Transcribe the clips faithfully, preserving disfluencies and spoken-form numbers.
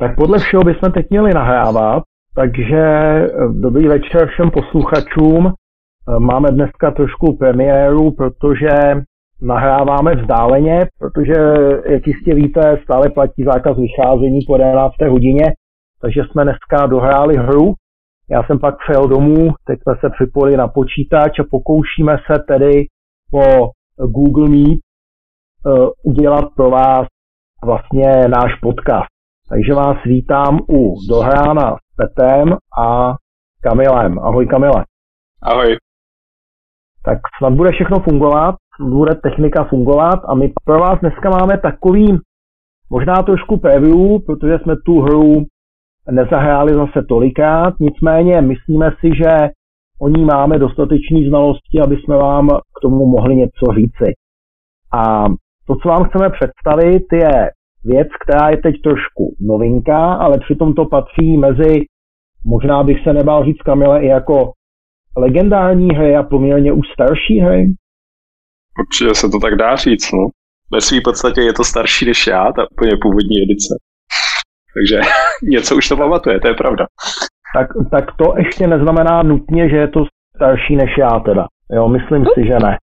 Tak podle všeho bychom teď měli nahrávat, takže dobrý večer všem posluchačům. Máme dneska trošku premiéru, protože nahráváme vzdáleně, protože, jak jistě víte, stále platí zákaz vycházení po jedenácté hodině, takže jsme dneska dohráli hru. Já jsem pak přijel domů, teď jsme se připojili na počítač a pokoušíme se tedy po Google Meet uh, udělat pro vás vlastně náš podcast. Takže vás vítám u Dohrána s Petrem a Kamilem. Ahoj Kamile. Ahoj. Tak snad bude všechno fungovat, bude technika fungovat a my pro vás dneska máme takový možná trošku preview, protože jsme tu hru nezahráli zase tolikrát, nicméně myslíme si, že o ní máme dostatečné znalosti, aby jsme vám k tomu mohli něco říci. A to, co vám chceme představit, je věc, která je teď trošku novinka, ale přitom to patří mezi, možná bych se nebál říct Kamile, i jako legendární hry a poměrně už starší hry. Určitě se to tak dá říct, no. Ve své podstatě je to starší než já, ta úplně původní edice. Takže něco už to pamatuje, to je pravda. Tak, tak to ještě neznamená nutně, že je to starší než já teda. Jo, myslím si, že ne.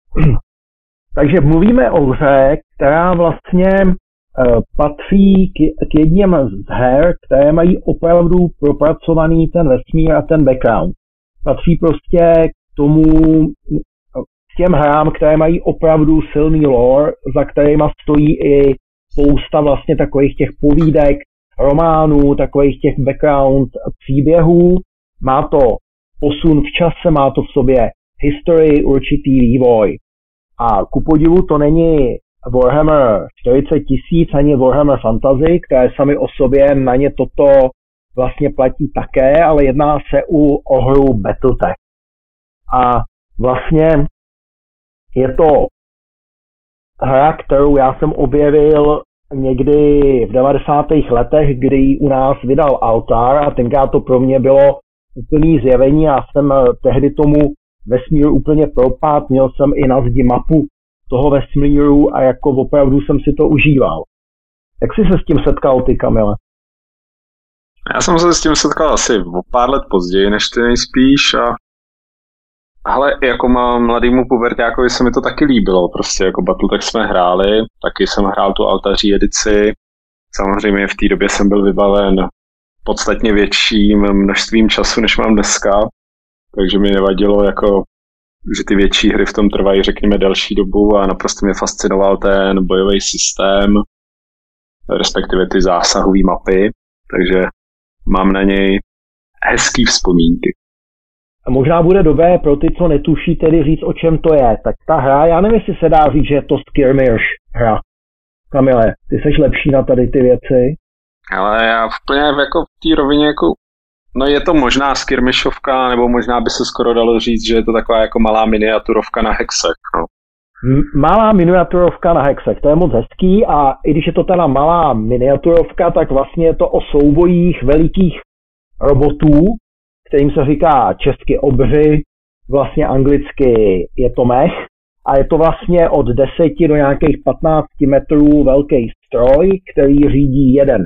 Takže mluvíme o hře, která vlastně uh, patří k, k jedním z her, které mají opravdu propracovaný ten vesmír a ten background. Patří prostě k tomu, k těm hrám, které mají opravdu silný lore, za kterýma stojí i spousta vlastně takových těch povídek, románů, takových těch background příběhů. Má to posun v čase, má to v sobě historii, určitý vývoj. A ku podivu to není Warhammer čtyřicet tisíc ani Warhammer Fantasy, které sami o sobě na ně toto vlastně platí také, ale jedná se u, o hru Battletech. A vlastně je to hra, kterou já jsem objevil někdy v devadesátých letech, kdy ji u nás vydal Altar a tenkrát to pro mě bylo úplný zjevení. Já jsem tehdy tomu vesmíru úplně propad, měl jsem i na zdi mapu toho vesmíru a jako opravdu jsem si to užíval. Jak jsi se s tím setkal ty, Kamile? Já jsem se s tím setkal asi o pár let později, než ty nejspíš a ale jako mladýmu puberťákovi se mi to taky líbilo, prostě jako Battletech jsme hráli, taky jsem hrál tu altaří edici, samozřejmě v té době jsem byl vybaven podstatně větším množstvím času, než mám dneska, takže mi nevadilo, jako, že ty větší hry v tom trvají, řekněme, delší dobu a naprosto mě fascinoval ten bojový systém, respektive ty zásahové mapy, takže mám na něj hezký vzpomínky. A možná bude dobré pro ty, co netuší, tedy říct, o čem to je. Tak ta hra, já nevím, jestli se dá říct, že je to skirmish hra. Kamile, ty seš lepší na tady ty věci. Ale já úplně jako v té rovině, jako, no je to možná skirmishovka, nebo možná by se skoro dalo říct, že je to taková jako malá miniaturovka na hexech. No. Malá miniaturovka na hexech, to je moc hezký a i když je to teda malá miniaturovka, tak vlastně je to o soubojích velikých robotů, kterým se říká česky obři, vlastně anglicky je to mech a je to vlastně od deseti do nějakých patnácti metrů velký stroj, který řídí jeden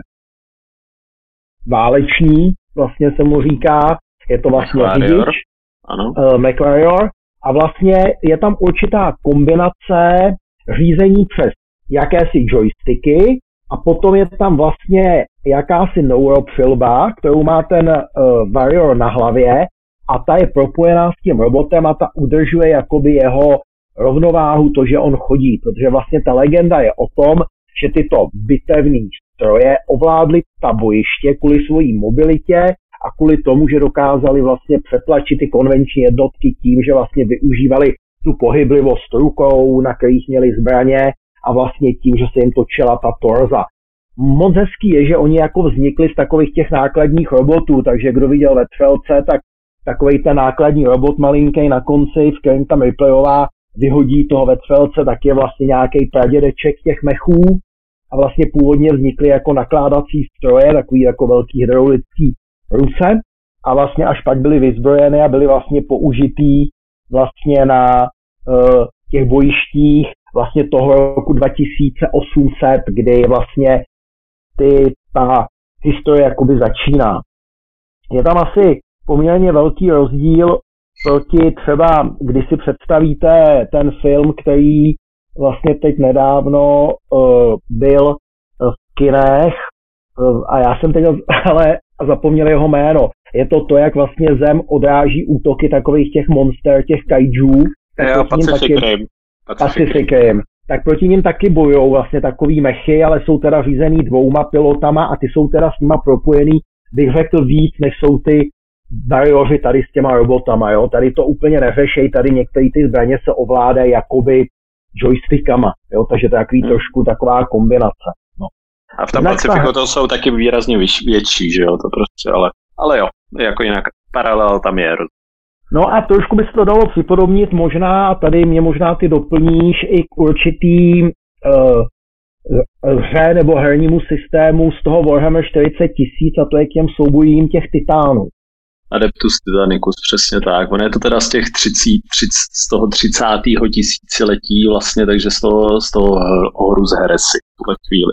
válečník, vlastně se mu říká, je to vlastně řidič, uh, MacWarrior, a vlastně je tam určitá kombinace řízení přes jakési joysticky a potom je tam vlastně jakási neuropřilba, kterou má ten uh, warrior na hlavě a ta je propojená s tím robotem a ta udržuje jakoby jeho rovnováhu, to, že on chodí, protože vlastně ta legenda je o tom, že tyto bitevní stroje ovládly ta bojiště kvůli svojí mobilitě a kvůli tomu, že dokázali vlastně přetlačit ty konvenční jednotky tím, že vlastně využívali tu pohyblivost rukou, na kterých měli zbraně a vlastně tím, že se jim točila ta torza. Moc hezký je, že oni jako vznikli z takových těch nákladních robotů, takže kdo viděl ve Třelce, tak takovej ten nákladní robot malinký na konci, v kterém tam Ripleyová vyhodí toho ve Třelce, tak je vlastně nějaký pradědeček těch mechů a vlastně původně vznikly jako nakládací stroje, takový jako velký hydraulický ruce a vlastně až pak byly vyzbrojeny a byly vlastně použitý vlastně na uh, těch bojištích vlastně toho roku dva tisíce osm set, kdy vlastně ty, ta historie jakoby začíná. Je tam asi poměrně velký rozdíl proti třeba, když si představíte ten film, který vlastně teď nedávno uh, byl v kinech, uh, a já jsem teď ale zapomněl jeho jméno. Je to to, jak vlastně Zem odráží útoky takových těch monster, těch kaijů. Jo, Pacific Rim. Pacific Rim. Tak proti ním taky bojujou vlastně takový mechy, ale jsou teda řízený dvouma pilotama a ty jsou teda s nima propojený, bych řekl víc, než jsou ty Warriori tady s těma robotama, jo. Tady to úplně neřešej, tady některé ty zbraně se ovládají jakoby joystickama, jo, takže to je takový hmm. trošku taková kombinace, no. A v tom Pacifiku to jsou taky výrazně větší, že jo, to prostě, ale, ale jo, jako jinak paralel tam je. No a trošku by se to dalo připodobnit možná, a tady mě možná ty doplníš i k určitý uh, hře nebo hernímu systému z toho Warhammer čtyřicet tisíc, a to je k těm soubojím těch titánů. Adeptus Titanicus, přesně tak. Ono je to teda z těch třicet, třicet, z toho třicátého tisíciletí vlastně, takže z toho, z toho Horus Heresy v tuhle chvíli.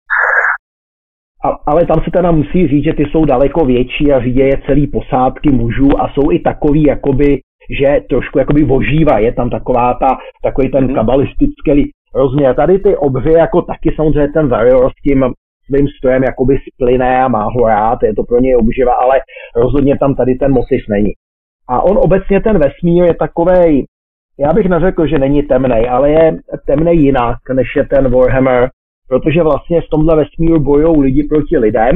A, ale tam se teda musí říct, že ty jsou daleko větší a řídí je celý posádky mužů a jsou i takový, jakoby, že trošku jakoby ožívá. Je tam taková ta, takový ten kabalistický rozměr. Tady ty obři jako taky samozřejmě ten Warrior s tím svým strojem jakoby splyne a má ho rád, je to pro něj obživa, ale rozhodně tam tady ten motiv není. A on obecně ten vesmír je takovej, já bych neřekl, že není temnej, ale je temnej jinak, než je ten Warhammer, protože vlastně v tomhle vesmíru bojujou lidi proti lidem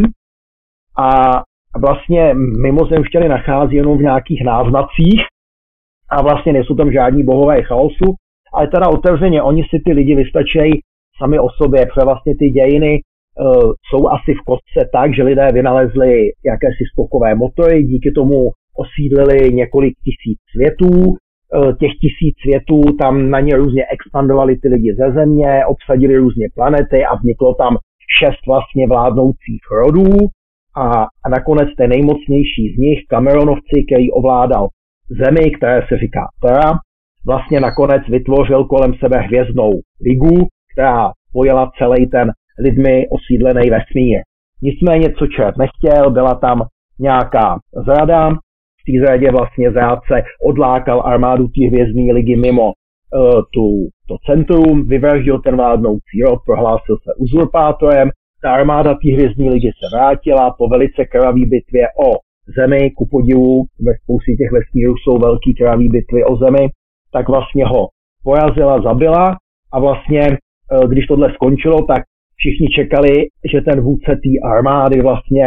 a vlastně mimozemšťany nachází jenom v nějakých náznacích a vlastně nejsou tam žádní bohové chaosu, ale teda otevřeně oni si ty lidi vystačejí sami o sobě, protože vlastně ty dějiny uh, jsou asi v kostce tak, že lidé vynalezli jakési skokové motory, díky tomu osídlili několik tisíc světů, těch tisíc světů, tam na ně různě expandovali ty lidi ze země, obsadili různě planety a vzniklo tam šest vlastně vládnoucích rodů a, a nakonec ten nejmocnější z nich, Cameronovci, který ovládal zemi, které se říká Terra, vlastně nakonec vytvořil kolem sebe hvězdnou ligu, která pojela celý ten lidmi osídlený vesmír. Nicméně, co čert nechtěl, byla tam nějaká zrada. V té zradě vlastně zrádce odlákal armádu té hvězdné ligy mimo uh, tu, to centrum, vyvraždil ten vládnoucí rod, prohlásil se uzurpátorem, ta armáda té hvězdné ligy se vrátila po velice krvavý bitvě o zemi, ku podivu, ve spoustě těch vesmírů jsou velký krvavý bitvy o zemi, tak vlastně ho porazila, zabila a vlastně, uh, když tohle skončilo, tak všichni čekali, že ten vůdce té armády vlastně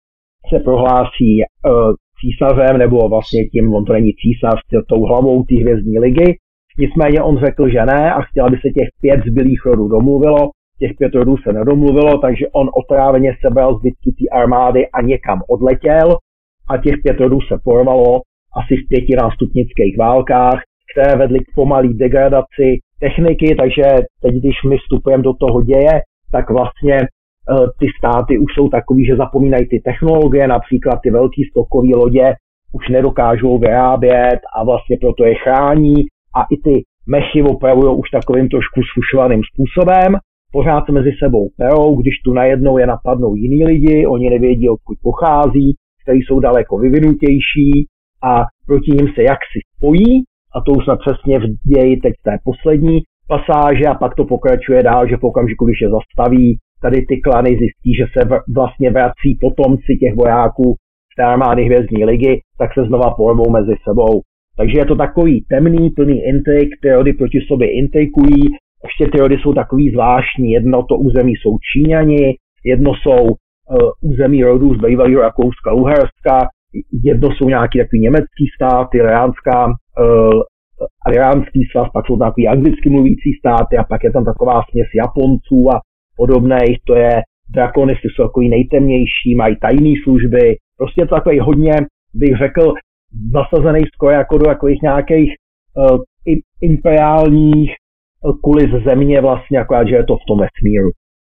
se prohlásí uh, císařem, nebo vlastně tím, on to není císař, tou hlavou té hvězdní ligy. Nicméně on řekl, že ne a chtěl, aby se těch pět zbylých rodů domluvilo. Těch pět rodů se nedomluvilo, takže on otráveně sebral zbytky té armády a někam odletěl a těch pět rodů se porvalo asi v pěti nástupnických válkách, které vedly k pomalý degradaci techniky, takže teď, když my vstupujeme do toho děje, tak vlastně ty státy už jsou takový, že zapomínají ty technologie, například ty velký stokové lodě už nedokážou vyrábět a vlastně proto je chrání a i ty mechy opravují už takovým trošku zfušovaným způsobem. Pořád se mezi sebou perou, když tu najednou je napadnou jiní lidi, oni nevědí, odkud pochází, kteří jsou daleko vyvinutější a proti nim se jaksi spojí a to už jsme přesně v ději teď té poslední pasáže a pak to pokračuje dál, že v okamžiku, když je zastaví, tady ty klany zjistí, že se vlastně vrací potomci těch vojáků z té armády hvězdní ligy, tak se znova porvou mezi sebou. Takže je to takový temný, plný intrik, ty rody proti sobě intrikují, ještě ty rody jsou takový zvláštní, jedno to území jsou Číňani, jedno jsou uh, území rodů z bývalého Rakouska, Uherska, jedno jsou nějaký takový německý státy, Iranská, uh, Iránský svaz, pak jsou takový anglicky mluvící státy a pak je tam taková směs Japonců a podobných, to je Drakonisty jsou takový nejtemnější, mají tajné služby, prostě je to takový hodně, bych řekl, zasazený skoro jako do takových nějakých uh, imperiálních uh, kulis země vlastně, akorát, že je to v tom vesmíru.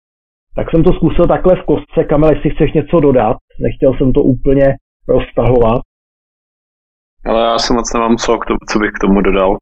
Tak jsem to zkusil takhle v kostce, Kamil, jestli chceš něco dodat, nechtěl jsem to úplně roztahovat. Ale já se moc nemám co, co bych k tomu dodal.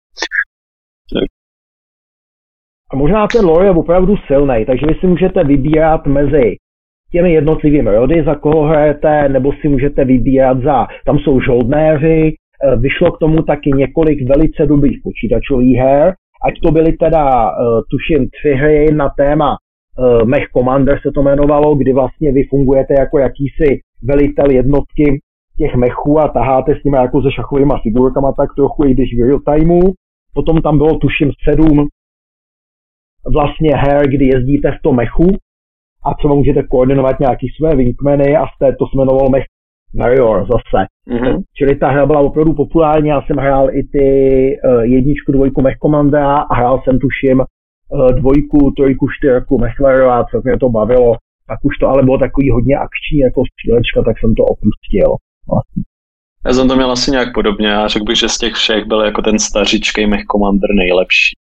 A možná ten lore je opravdu silný, takže vy si můžete vybírat mezi těmi jednotlivými rody, za koho hrajete, nebo si můžete vybírat za, tam jsou žoldnéři, vyšlo k tomu taky několik velice dobrých počítačových her, ať to byly teda, tuším, tři hry na téma Mech Commander se to jmenovalo, kdy vlastně vy fungujete jako jakýsi velitel jednotky těch mechů a taháte s nimi jako se šachovýma figurkama tak trochu, i když v real timeu. Potom tam bylo tuším sedm vlastně her, kdy jezdíte v tom mechu a třeba můžete koordinovat nějaký své wingmany a v té to se jmenovalo Mech Warrior zase. Mm-hmm. Čili ta hra byla opravdu populární, já jsem hrál i ty uh, jedničku, dvojku Mech Commandera a hrál jsem tuším uh, dvojku, trojku, čtyřku Mech Warriora, co mě to bavilo. Pak už to ale bylo takový hodně akční jako střílečka, tak jsem to opustil. Vlastně. Já jsem to měl asi nějak podobně a řekl bych, že z těch všech byl jako ten stařičkej Mech Commander nejlepší.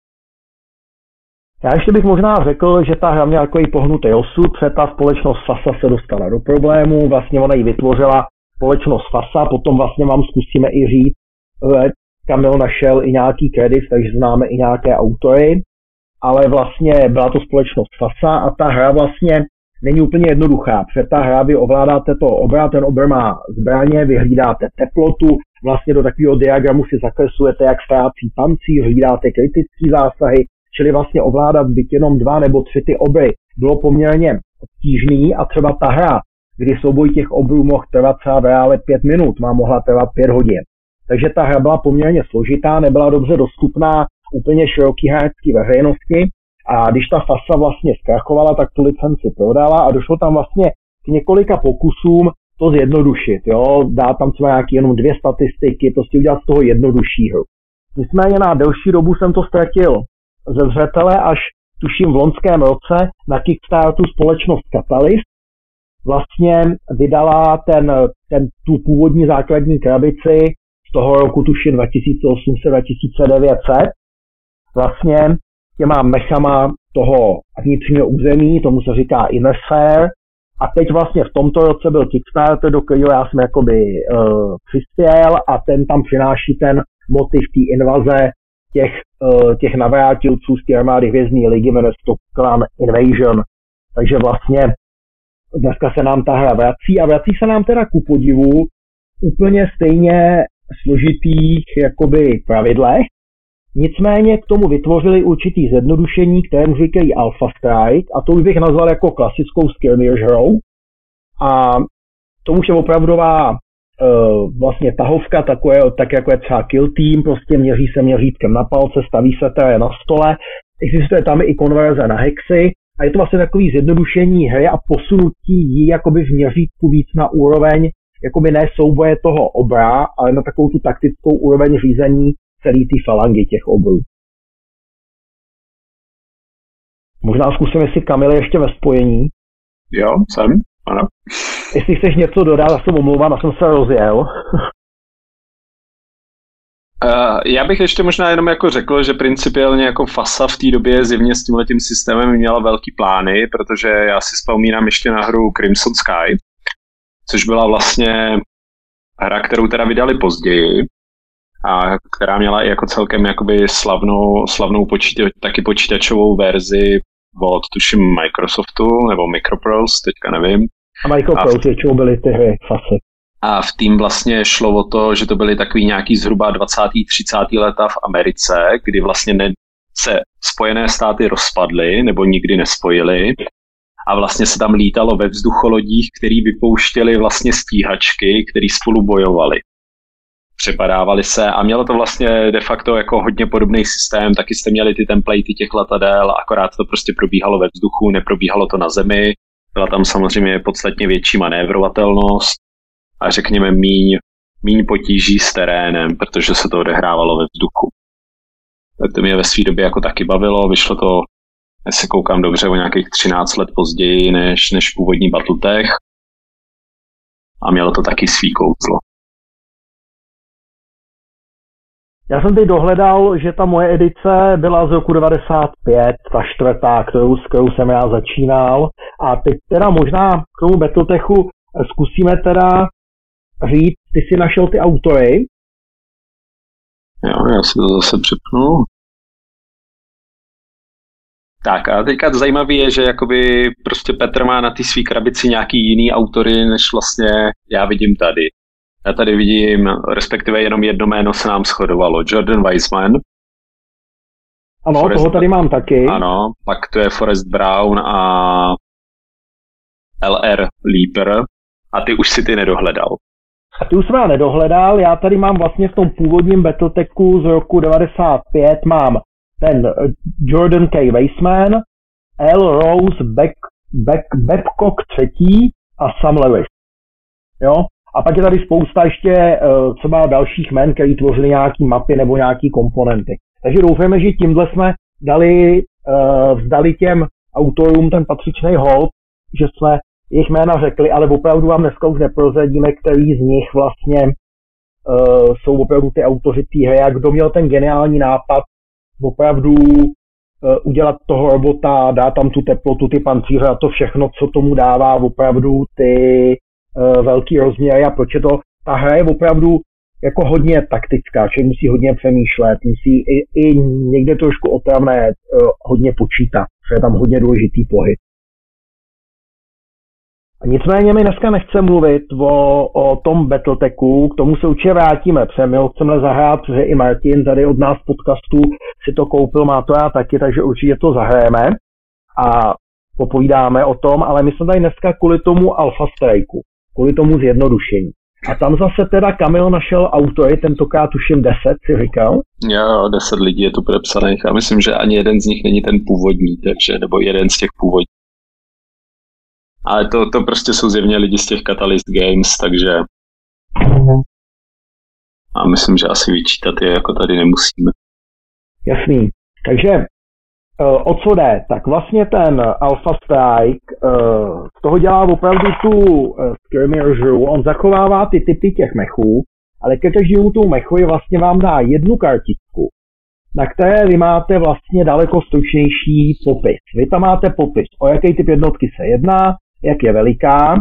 Já ještě bych možná řekl, že ta hra měla takový pohnutý osud, protože ta společnost FASA se dostala do problému, vlastně ona ji vytvořila společnost FASA, potom vlastně vám zkusíme i říct, Kamil našel i nějaký kredit, takže známe i nějaké autory, ale vlastně byla to společnost FASA a ta hra vlastně není úplně jednoduchá, protože ta hra vy ovládáte to obra, ten obr má zbraně, vy hlídáte teplotu, vlastně do takového diagramu si zakreslujete, jak ztrácí pancíř, hlídáte kritické zásahy, čili vlastně ovládat byť jenom dva nebo tři ty obry bylo poměrně obtížný a třeba ta hra, kdy souboj těch obrů mohl trvat třeba v reále pět minut, má mohla trvat pět hodin. Takže ta hra byla poměrně složitá, nebyla dobře dostupná úplně široký hráčské veřejnosti a když ta FASA vlastně zkrachovala, tak tu licenci prodala a došlo tam vlastně k několika pokusům to zjednodušit, jo, dá tam třeba nějaký jenom dvě statistiky, prostě udělat z toho jednodušší hru. Nicméně na delší dobu jsem to ztratil ze zřetele, až tuším v loňském roce na Kickstarteru společnost Catalyst vlastně vydala ten, ten, tu původní základní krabici z toho roku tuším dva tisíce osm set dva tisíce devět set vlastně těma mechama toho vnitřního území, tomu se říká Inner Sphere. A teď vlastně v tomto roce byl Kickstarter, do kterého já jsem jakoby uh, přispěl a ten tam přináší ten motiv té invaze těch, uh, těch navrátilců z té armády Hvězdné ligy, jmenuje se to Clan Invasion. Takže vlastně dneska se nám ta hra vrací a vrací se nám teda ku podivu úplně stejně složitých jakoby pravidlech. Nicméně k tomu vytvořili určitý zjednodušení, kterému říkají Alpha Strike a to už bych nazval jako klasickou skirmish hrou. A to už je opravdová uh, vlastně tahovka, takové, tak jako je třeba Kill Team, prostě měří se měřítkem na palce, staví se teda na stole, existuje tam i konverze na hexy a je to vlastně takový zjednodušení hry a posunutí jí jakoby v měřítku víc na úroveň, jakoby ne souboje toho obra, ale na takovou tu taktickou úroveň řízení celý ty falangy těch obrů. Možná zkusím, jestli Kamil ještě ve spojení. Jo, jsem, ano. Jestli chceš něco dodat, já se omlouvám, já jsem se rozjel. uh, já bych ještě možná jenom jako řekl, že principiálně jako FASA v té době zjevně s tímhletím systémem měla velký plány, protože já si vzpomínám ještě na hru Crimson Sky, což byla vlastně hra, kterou teda vydali později, a která měla i jako celkem jakoby slavnou, slavnou počíta, taky počítačovou verzi od tuším Microsoftu nebo Microprose, teďka nevím. A Microprose většinou byly ty hry FASy. A v tým vlastně šlo o to, že to byly takový nějaký zhruba dvacátá třicátá léta v Americe, kdy vlastně ne, se Spojené státy rozpadly nebo nikdy nespojily a vlastně se tam lítalo ve vzducholodích, který vypouštěli vlastně stíhačky, který spolu bojovali. Přepadávali se a mělo to vlastně de facto jako hodně podobný systém, taky jste měli ty templatey těch letadel, akorát to prostě probíhalo ve vzduchu, neprobíhalo to na zemi, byla tam samozřejmě podstatně větší manévrovatelnost a řekněme míň, míň potíží s terénem, protože se to odehrávalo ve vzduchu. Tak to mě ve své době jako taky bavilo, vyšlo to, jestli koukám dobře, o nějakých třináct let později než, než původní Battletech a mělo to taky svý kouzlo. Já jsem teď dohledal, že ta moje edice byla z roku devadesát pět, ta čtvrtá, kterou, s kterou jsem já začínal. A teď teda možná k tomu Battletechu zkusíme teda říct, ty si našel ty autory. Jo, já si to zase připnu. Tak a teďka to zajímavé je, že jakoby prostě Petr má na té svý krabici nějaký jiný autory, než vlastně já vidím tady. Já tady vidím, respektive jenom jedno jméno se nám shodovalo, Jordan Weissman. Ano, Forrest, toho tady mám taky. Ano, pak to je Forrest Brown a L R Leaper a ty už si ty nedohledal. A ty už jsem já nedohledal, já tady mám vlastně v tom původním Battletechu z roku devadesát pět mám ten Jordan K. Weissman, L. Rose Beck, Beck, Babcock třetí a Sam Lewis. Jo? A pak je tady spousta ještě uh, třeba dalších jmen, který tvořili nějaký mapy nebo nějaký komponenty. Takže doufáme, že tímhle jsme dali, uh, vzdali těm autorům ten patřičný hold, že jsme jejich jména řekli, ale opravdu vám dneska už neprozradíme, který z nich vlastně uh, jsou opravdu ty autoři té hry a kdo měl ten geniální nápad opravdu uh, udělat toho robota, dát tam tu teplotu, ty pancíře a to všechno, co tomu dává opravdu ty uh, velký rozměry a proč je to, ta hra je opravdu jako hodně taktická, že musí hodně přemýšlet, musí i, i někde trošku otravné uh, hodně počítat, že je tam hodně důležitý pohyb. A nicméně my dneska nechceme mluvit o, o tom Battletechu, k tomu se určitě vrátíme, protože my ho chceme zahrát, protože i Martin tady od nás v podcastu si to koupil, má to já taky, takže určitě to zahrajeme a popovídáme o tom, ale my jsme tady dneska kvůli tomu Alpha Strikeu, kvůli tomu zjednodušení. A tam zase teda Kamil našel autory, tentokrát tuším deset, si říkal? Jo, deset lidí je tu podepsaných a myslím, že ani jeden z nich není ten původní, takže, nebo jeden z těch původních. Ale to, to prostě jsou zjevně lidi z těch Catalyst Games, takže a myslím, že asi vyčítat je jako tady nemusíme. Jasný. Takže o co jde? Tak vlastně ten Alpha Strike z toho dělá opravdu tu skirmisheru, on zachovává ty typy těch mechů, ale ke každému tomu mechu je vlastně vám dá jednu kartičku, na které vy máte vlastně daleko stručnější popis. Vy tam máte popis, o jaký typ jednotky se jedná, jak je veliká,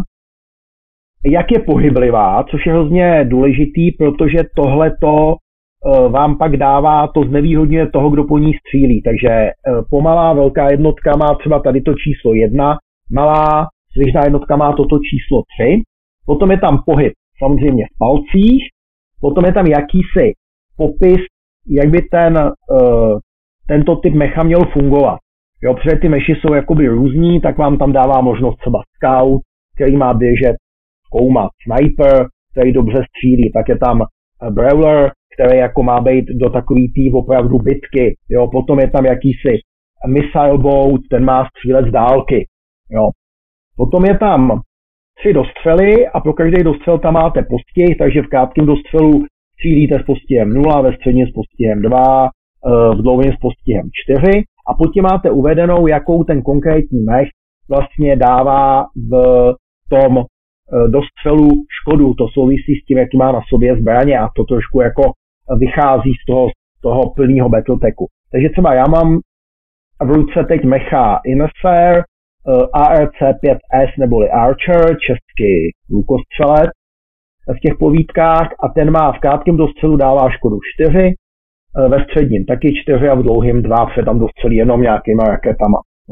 jak je pohyblivá, což je hrozně důležitý, protože tohleto uh, vám pak dává, to znevýhodňuje toho, kdo po ní střílí. Takže uh, pomalá velká jednotka má třeba tady to číslo jedna, malá svižná jednotka má toto číslo tři, potom je tam pohyb samozřejmě v palcích, potom je tam jakýsi popis, jak by ten, uh, tento typ mecha měl fungovat. Jo, protože ty meši jsou jakoby různí, tak vám tam dává možnost třeba scout, který má běžet, zkoumat, sniper, který dobře střílí, tak je tam brawler, který jako má být do takový tý opravdu bitky, jo, potom je tam jakýsi missile boat, ten má střílet z dálky, jo. Potom je tam tři dostřely a pro každý dostřel tam máte postih, takže v krátkém dostřelu střílíte s postihem nula, ve středním s postihem dva, v dlouhém s postihem čtyři a potom máte uvedenou, jakou ten konkrétní mech vlastně dává v tom dostřelu škodu. To souvisí s tím, jaký má na sobě zbraně a to trošku jako vychází z toho, z toho plného Battletechu. Takže třeba já mám v ruce teď mecha Infer, A R C pět S neboli Archer, český lukostřelec v těch povídkách a ten má v krátkém dostřelu dává škodu čtyři, ve středním taky čtyři a v dlouhém dva, protože tam dostřelí jenom nějakýma raketama. No.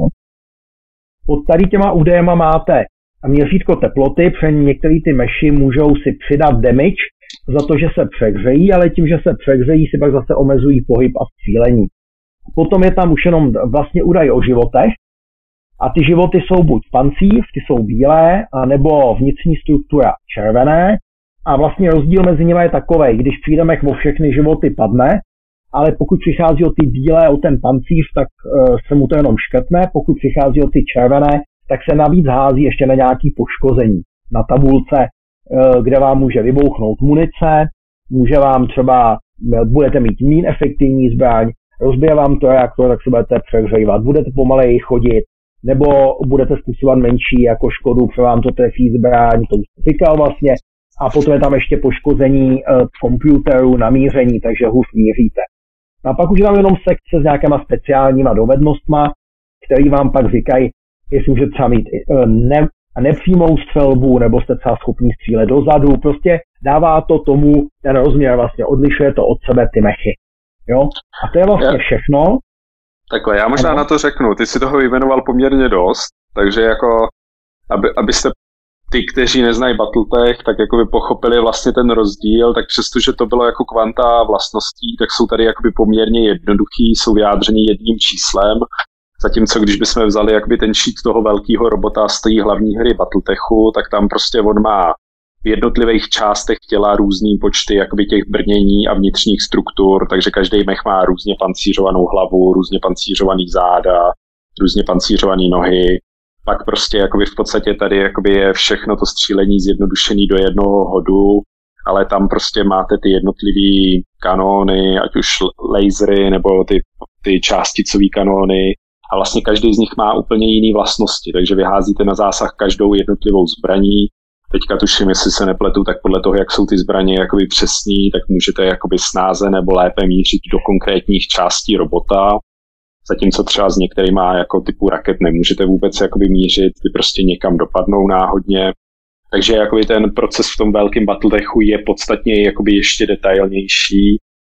Pod tady těma údajema máte měřítko teploty, protože některé ty meši můžou si přidat damage za to, že se přehřejí, ale tím, že se přehřejí, si pak zase omezují pohyb a střílení. Potom je tam už jenom vlastně údaj o životech a ty životy jsou buď pancíř, ty jsou bílé, anebo vnitřní struktura červené a vlastně rozdíl mezi nimi je takovej, když přijdeme o všechny životy padne, ale pokud přichází o ty bílé, o ten pancíř, tak uh, se mu to jenom škrtne, pokud přichází o ty červené, tak se navíc hází ještě na nějaké poškození na tabulce, uh, kde vám může vybouchnout munice, může vám třeba, budete mít míň efektivní zbraň, rozbije vám to reaktor, tak se budete přehřívat, budete pomaleji chodit, nebo budete způsobovat menší jako škodu, protože vám to trefí zbraň, to už říkal vlastně, a potom je tam ještě poškození uh, počítačů, namíření, takže hůř míříte. A pak už je tam jenom sekce s nějakýma speciálníma dovednostma, který vám pak říkají, jestli můžete třeba mít ne, nepřímou střelbu, nebo jste třeba schopni střílet dozadu. Prostě dává to tomu ten rozměr, vlastně odlišuje to od sebe ty mechy. Jo? A to je vlastně všechno. Takhle, já možná ano. na to řeknu, ty si toho vyjmenoval poměrně dost, takže jako, aby, abyste ty, kteří neznají Battletech, tak jako by pochopili vlastně ten rozdíl, tak přestože to bylo jako kvanta vlastností, tak jsou tady jakoby poměrně jednoduchý, jsou vyjádření jedním číslem, zatímco když bychom vzali jakoby ten sheet toho velkého robota z té hlavní hry Battletechu, tak tam prostě on má v jednotlivých částech těla různý počty jakoby těch brnění a vnitřních struktur, takže každý mech má různě pancířovanou hlavu, různě pancířovaný záda, různě pancířovaný nohy. Pak prostě jakoby v podstatě tady jakoby je všechno to střílení zjednodušený do jednoho hodu, ale tam prostě máte ty jednotlivý kanóny, ať už lasery nebo ty, ty částicový kanóny a vlastně každý z nich má úplně jiný vlastnosti, takže vyházíte na zásah každou jednotlivou zbraní. Teďka tuším, jestli se nepletu, tak podle toho, jak jsou ty zbraně jakoby přesný, tak můžete jakoby snáze nebo lépe mířit do konkrétních částí robota. Zatímco třeba s některýma jako typu raket nemůžete vůbec jakoby mířit, ty prostě někam dopadnou náhodně. Takže jakoby ten proces v tom velkém Battletechu je podstatně jakoby ještě detailnější.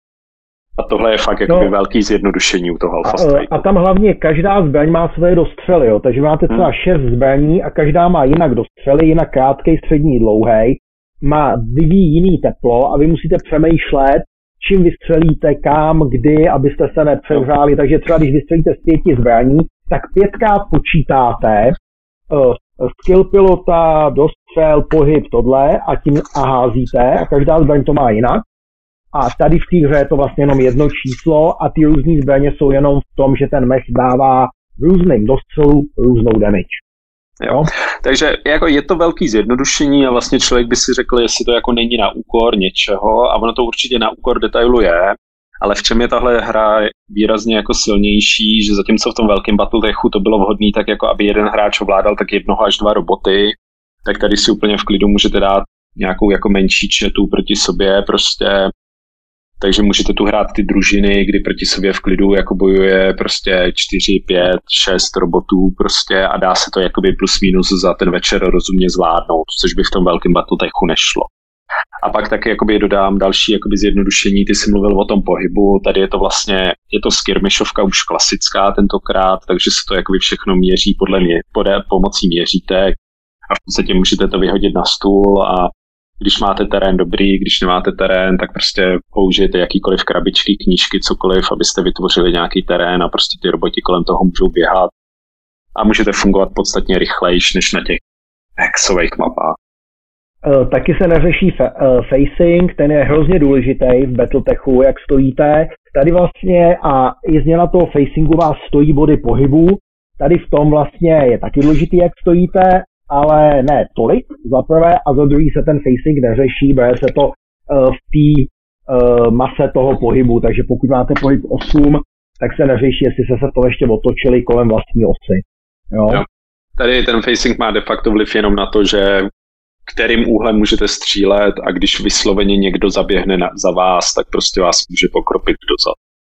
A tohle je fakt jakoby no, velký zjednodušení u toho Alpha Strike. A, a tam hlavně každá zbraň má svoje dostřely, jo? Takže máte třeba hmm. šest zbraní a každá má jinak dostřely, jinak krátkej, střední, dlouhej. Má vyvíjí jiný teplo a vy musíte přemýšlet, čím vystřelíte, kam, kdy, abyste se nepřevřáli. Takže třeba když vystřelíte z pěti zbraní, tak pětkrát počítáte uh, skill pilota, dostřel, pohyb, tohle a tím a házíte a každá zbraň to má jinak. A tady v té hře je to vlastně jenom jedno číslo a ty různý zbraně jsou jenom v tom, že ten mech dává v různým dostřelu různou damage. Jo. Takže jako je to velký zjednodušení a vlastně člověk by si řekl, jestli to jako není na úkor něčeho a ono to určitě na úkor detailu je, ale v čem je tahle hra výrazně jako silnější, že zatímco v tom velkém Battletechu to bylo vhodné tak jako aby jeden hráč ovládal tak jednoho až dva roboty, tak tady si úplně v klidu můžete dát nějakou jako menší četu proti sobě prostě. Takže můžete tu hrát ty družiny, kdy proti sobě v klidu jako bojuje prostě čtyři, pět, šest robotů prostě a dá se to jakoby plus minus za ten večer rozumně zvládnout, což by v tom velkém Battletechu nešlo. A pak taky jakoby dodám další jakoby zjednodušení, ty jsi mluvil o tom pohybu, tady je to vlastně, je to skirmishovka už klasická tentokrát, takže se to jakoby všechno měří podle mě, podle pomocí měřítek a v podstatě můžete to vyhodit na stůl a když máte terén dobrý, když nemáte terén, tak prostě použijete jakýkoliv krabičky, knížky, cokoliv, abyste vytvořili nějaký terén a prostě ty roboti kolem toho můžou běhat a můžete fungovat podstatně rychlejš než na těch hexových mapách. Taky se neřeší facing, ten je hrozně důležitý v Battletechu, jak stojíte. Tady vlastně a i změna toho facingu vás stojí body pohybu. Tady v tom vlastně je taky důležitý, jak stojíte, ale ne tolik za prvé a za druhý se ten facing neřeší, bere se to uh, v té uh, mase toho pohybu, takže pokud máte pohyb osm, tak se neřeší, jestli se se to ještě otočili kolem vlastní osy. Jo? Jo. Tady ten facing má de facto vliv jenom na to, že kterým úhlem můžete střílet a když vysloveně někdo zaběhne na, za vás, tak prostě vás může pokropit dozad.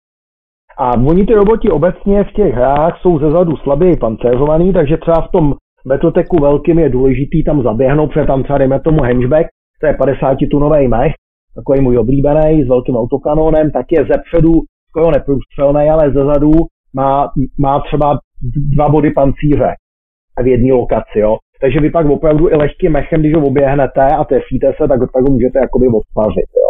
A oni ty roboti obecně v těch hrách jsou zezadu slaběji pancéřovaný, takže třeba v tom Battletechu velkým je důležitý tam zaběhnout, protože tam třeba dejme tomu Henchback, to je padesátitunový mech, takový můj oblíbený, s velkým autokanónem, tak je zepředu skoro neprůstřelný, ale zezadu má, má třeba dva body pancíře v jedné lokaci, jo. Takže vy pak opravdu i lehkým mechem, když ho oběhnete a trefíte se, tak, tak ho můžete jakoby odpařit, jo.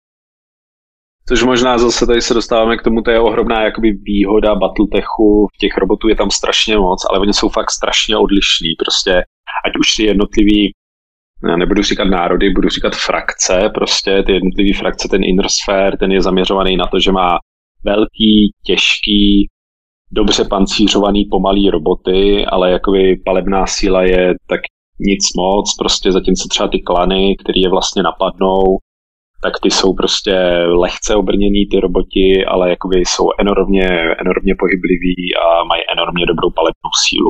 Což možná zase tady se dostáváme k tomu, to je ohromná jakoby výhoda Battletechu, těch robotů je tam strašně moc, ale oni jsou fakt strašně odlišní, prostě ať už ty jednotlivý, ne, nebudu říkat národy, budu říkat frakce, prostě ty jednotlivý frakce, ten Inner Sphere, ten je zaměřovaný na to, že má velký, těžký, dobře pancířovaný, pomalý roboty, ale jakoby palebná síla je tak nic moc, prostě zatímco třeba ty klany, který je vlastně napadnou, tak ty jsou prostě lehce obrněný ty roboti, ale jakoby jsou enormně, enormně pohybliví a mají enormně dobrou palebnou sílu.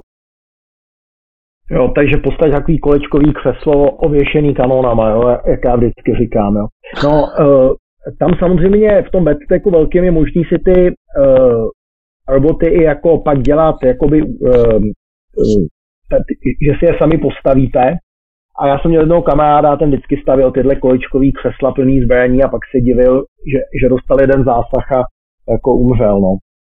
Jo, takže postav takový kolečkový křeslo ověšený kanónama, jo, jak já vždycky říkám, jo. No, uh, tam samozřejmě v tom Battletechu velkým je možný si ty uh, roboty i jako pak dělat, jakoby, uh, uh, že si je sami postavíte. A já jsem měl jednoho kamaráda, ten vždycky stavil tyhle kolečkový křesla plný zbraní a pak se divil, že, že dostal jeden zásah a jako umřel, no.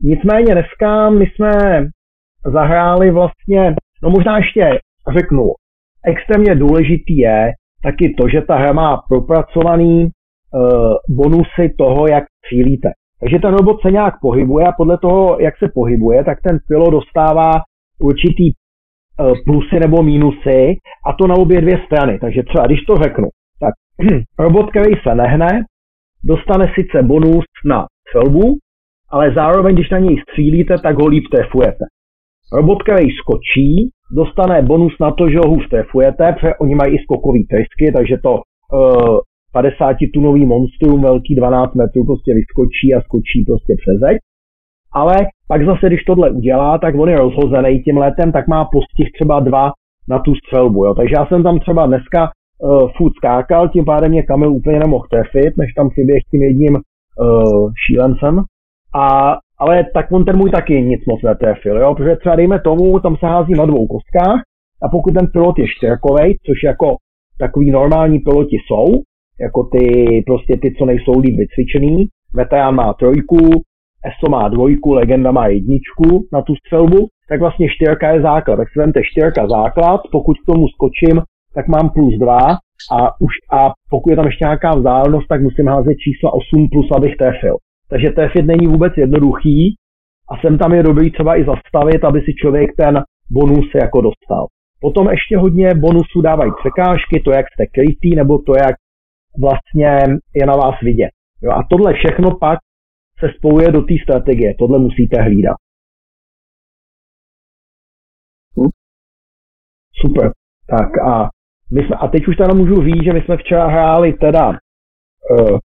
nicméně dneska my jsme zahráli vlastně, no možná ještě řeknu, extrémně důležitý je taky to, že ta hra má propracovaný uh, bonusy toho, jak cílíte. Takže ten robot se nějak pohybuje a podle toho, jak se pohybuje, tak ten pilot dostává určitý uh, plusy nebo mínusy a to na obě dvě strany. Takže třeba, když to řeknu, tak robot, který se nehne, dostane sice bonus na střelbu, ale zároveň, když na něj střílíte, tak ho líp trefujete. Robot, který skočí, dostane bonus na to, že ho hůř trefujete, protože oni mají i skokový trysky, takže to uh, padesátitunový monstrum, velký dvanáct metrů, prostě vyskočí a skočí prostě přes zeď. Ale pak zase, když tohle udělá, tak on je rozhozený tím letem, tak má postih třeba dva na tu střelbu. Jo. Takže já jsem tam třeba dneska uh, furt skákal, tím pádem mě Kamil úplně nemohl trefit, než tam přiběh tím jedním uh, šílencem. A, ale tak on ten můj taky nic moc netrefil, jo, protože třeba dejme tomu, tam se hází na dvou kostkách a pokud ten pilot je čtyřkovej, což jako takový normální piloti jsou, jako ty prostě ty, co nejsou líp vycvičený, veterán má trojku, Eso má dvojku, legenda má jedničku na tu střelbu, tak vlastně čtyřka je základ. Tak si vemte čtyřka základ, pokud k tomu skočím, tak mám plus dva a, už, a pokud je tam ještě nějaká vzdálenost, tak musím házet čísla osm plus, abych trefil. Takže trefit není vůbec jednoduchý a sem tam je dobrý třeba i zastavit, aby si člověk ten bonus jako dostal. Potom ještě hodně bonusů dávají překážky, to jak jste krytý, nebo to jak vlastně je na vás vidět. Jo, a tohle všechno pak se spojuje do té strategie, tohle musíte hlídat. Hm? Super. Tak a, my jsme, a teď už teda můžu říct, že my jsme včera hráli teda uh,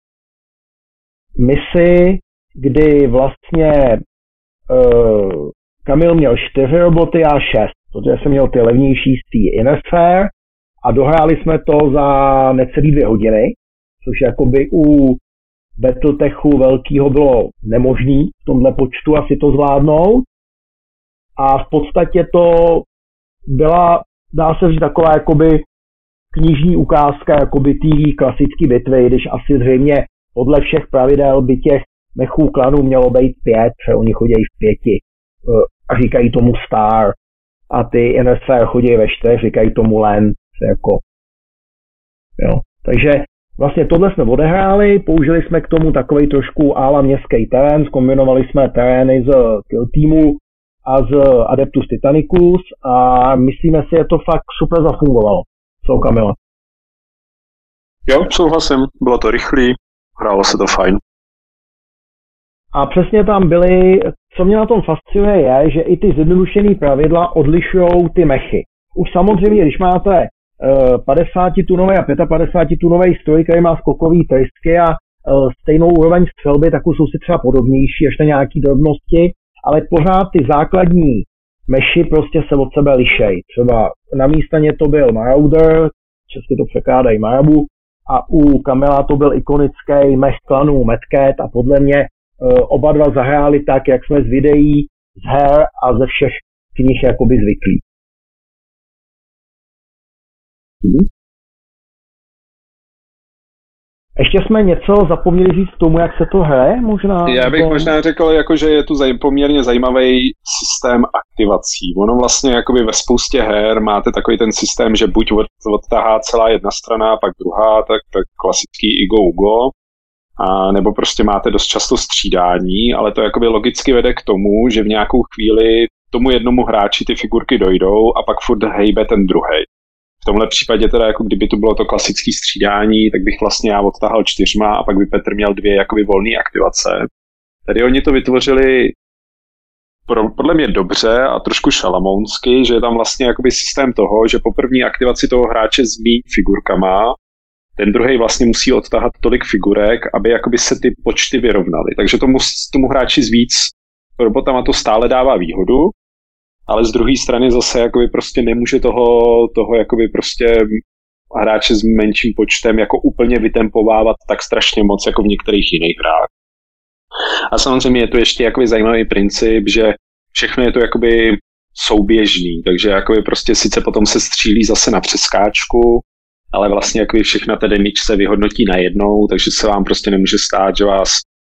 misi, kdy vlastně uh, Kamil měl čtyři roboty a šest, protože jsem měl ty levnější z té Inner Sphere a dohráli jsme to za necelý dvě hodiny, což jakoby u Battletechu velkýho bylo nemožný v tomhle počtu asi to zvládnout. A v podstatě to byla, dá se říct, taková jakoby knižní ukázka jakoby té klasické bitvy, když asi zřejmě podle všech pravidel by těch mechů klanů mělo být pět, protože oni chodí v pěti a říkají tomu Star a ty Inner Sphere chodí ve čtyři, říkají tomu Land. Jako. Jo. Takže vlastně tohle jsme odehráli, použili jsme k tomu takovej trošku ála městský terén, zkombinovali jsme terény z Kill Teamu a z Adeptus Titanicus a myslíme si, že to fakt super zafungovalo. Co, Kamila? Jo, souhlasím, bylo to rychlý, hrálo se to fajn. A přesně tam byly, co mě na tom fascinuje je, že i ty zjednodušené pravidla odlišují ty mechy. Už samozřejmě, když máte uh, padesátitunový a padesátipětitunový stroj, který má skokový trysky a uh, stejnou úroveň střelby, tak už jsou si třeba podobnější, ještě nějaký drobnosti, ale pořád ty základní meši prostě se od sebe lišejí. Třeba na místaně to byl Marauder, česky to překládají Marabu, a u Kamila to byl ikonický mech klanu Mad Cat a podle mě uh, oba dva zahráli tak, jak jsme z videí, z her a ze všech knih jakoby zvyklí. Hmm. Ještě jsme něco zapomněli říct k tomu, jak se to hraje možná? Já bych nebo... možná řekl, jako, že je tu zaj- poměrně zajímavý systém aktivací. Ono vlastně jakoby ve spoustě her máte takový ten systém, že buď od, odtahá celá jedna strana, pak druhá, tak, tak klasický Igo Ugo, a nebo prostě máte dost často střídání, ale to jakoby logicky vede k tomu, že v nějakou chvíli tomu jednomu hráči ty figurky dojdou a pak furt hejbe ten druhej. V tomhle případě teda, jako kdyby to bylo to klasické střídání, tak bych vlastně já odtahal čtyřma a pak by Petr měl dvě jakoby volné aktivace. Tady oni to vytvořili pro, podle mě dobře a trošku šalamounsky, že je tam vlastně jakoby systém toho, že po první aktivaci toho hráče s mý figurkama ten druhý vlastně musí odtahat tolik figurek, aby jakoby se ty počty vyrovnaly. Takže tomu, tomu hráči s víc robotama to stále dává výhodu, ale z druhé strany zase jakoby prostě nemůže toho, toho jakoby prostě hráče s menším počtem jako úplně vytempovávat tak strašně moc jako v některých jiných hrách. A samozřejmě je to ještě jakoby zajímavý princip, že všechno je to jakoby souběžný, takže jakoby prostě sice potom se střílí zase na přeskáčku, ale vlastně jakoby všechna ta damage se vyhodnotí najednou, takže se vám prostě nemůže stát, že vás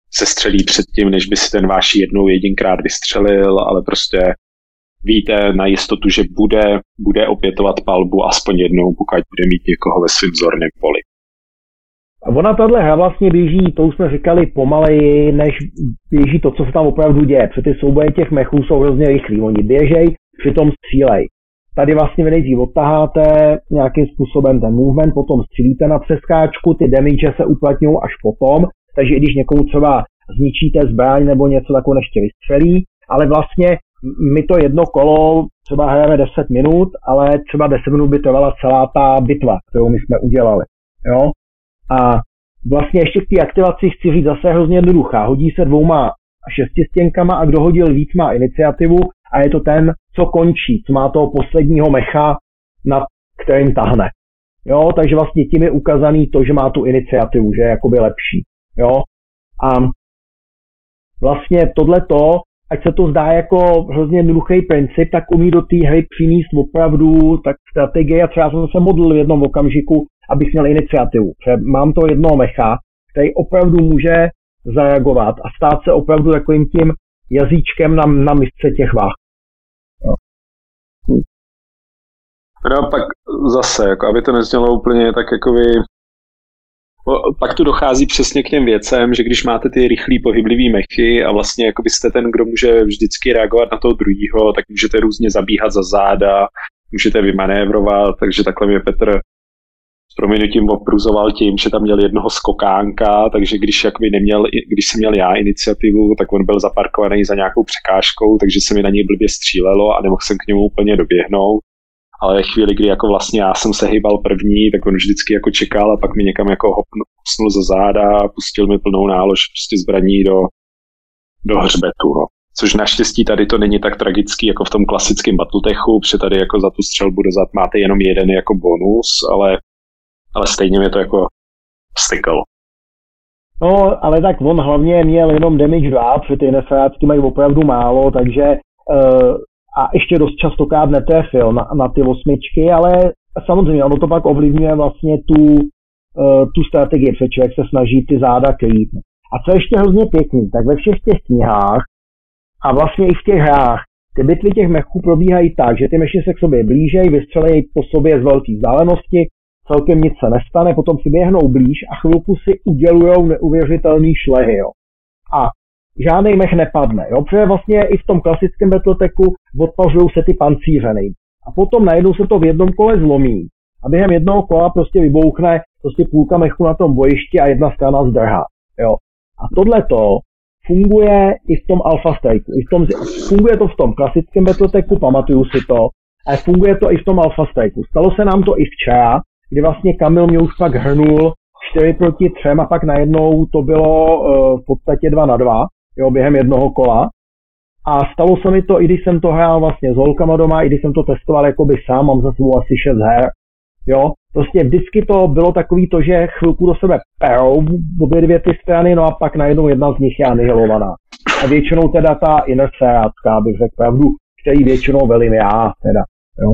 se střelí předtím, než by si ten váš jednou jedinkrát vystřelil, ale prostě víte na jistotu, že bude, bude opětovat palbu aspoň jednou, pokud bude mít někoho ve svým zorném poli. A ona tahle hra vlastně běží, to už jsme říkali, pomaleji, než běží to, co se tam opravdu děje. Protože ty souboje těch mechů jsou hrozně rychlí. Oni běžej, přitom střílej. Tady vlastně vy nejdřív odtaháte nějakým způsobem ten movement, potom střílíte na přeskáčku, ty damage se uplatňují až potom, takže i když někomu třeba zničíte zbraň nebo něco takového ještě vystřelí, ale vlastně my to jedno kolo třeba hrajeme deset minut, ale třeba deset minut by trvala celá ta bitva, kterou my jsme udělali. Jo? A vlastně ještě k té aktivaci chci říct zase hrozně jednoduchá. Hodí se dvouma šestistěnkama a kdo hodil víc má iniciativu a je to ten, co končí, co má toho posledního mecha, nad kterým tahne. Jo, takže vlastně tím je ukázaný to, že má tu iniciativu, že je jakoby lepší. Jo, a vlastně tohleto, ať se to zdá jako hrozně jednoduchý princip, tak umí do té hry přinést opravdu tak strategie a třeba jsem se modlil v jednom okamžiku, abych měl iniciativu. Mám to jednoho mecha, který opravdu může zareagovat a stát se opravdu takovým tím jazyčkem na, na misce těch váh. No. No pak zase, jako aby to neznělo úplně tak jako vy... Pak tu dochází přesně k těm věcem, že když máte ty rychlý pohyblivý mechy a vlastně jako byste ten, kdo může vždycky reagovat na toho druhýho, tak můžete různě zabíhat za záda, můžete vymanévrovat, takže takhle mě Petr s prominutím opruzoval tím, že tam měl jednoho skokánka, takže když jakoby neměl, když jsem měl já iniciativu, tak on byl zaparkovaný za nějakou překážkou, takže se mi na něj blbě střílelo a nemohl jsem k němu úplně doběhnout. Ale ve chvíli, kdy jako vlastně já jsem se hejbal první, tak on vždycky jako čekal a pak mi někam jako hopnul za záda a pustil mi plnou nálož prostě zbraní do, do hřbetu. No. Což naštěstí tady to není tak tragický jako v tom klasickém Battletechu, protože tady jako za tu střelbu do zad máte jenom jeden jako bonus, ale, ale stejně mě to jako stykalo. No, ale tak on hlavně měl jenom damage dva, protože ty neferácky mají opravdu málo, takže uh... a ještě dost častokrát netrefil na, na ty osmičky, ale samozřejmě ono to pak ovlivňuje vlastně tu, uh, tu strategii, protože člověk se snaží ty záda krýt. A co ještě hrozně pěkný, tak ve všech těch knihách a vlastně i v těch hrách, ty bitvy těch mechů probíhají tak, že ty meši se k sobě blížejí, vystřelejí po sobě z velké vzdálenosti, celkem nic se nestane, potom si běhnou blíž a chvilku si udělujou neuvěřitelný šlehy. Jo. A žádný mech nepadne, jo, protože vlastně i v tom klasickém Battletechu odpařují se ty pancíře nejde. A potom najednou se to v jednom kole zlomí a během jednoho kola prostě vybouchne prostě půlka mechu na tom bojišti a jedna strana zdrhá, jo. A tohleto funguje i v tom Alpha Strikeu, i v tom, funguje to v tom klasickém Battletechu, pamatuju si to, ale funguje to i v tom Alpha Strikeu. Stalo se nám to i včera, kdy vlastně Kamil mě už pak hrnul čtyři proti třem a pak najednou to bylo uh, v podstatě dva na dva. Jo, během jednoho kola. A stalo se mi to, i když jsem to hrál vlastně s holkama doma, i když jsem to testoval jakoby sám, mám za sebou asi šest her. Jo, prostě vždycky to bylo takový to, že chvilku do sebe perou obě dvě ty strany, no a pak najednou jedna z nich je anihilovaná. A většinou teda ta interferácká, bych řekl pravdu, který většinou velím já, teda, jo.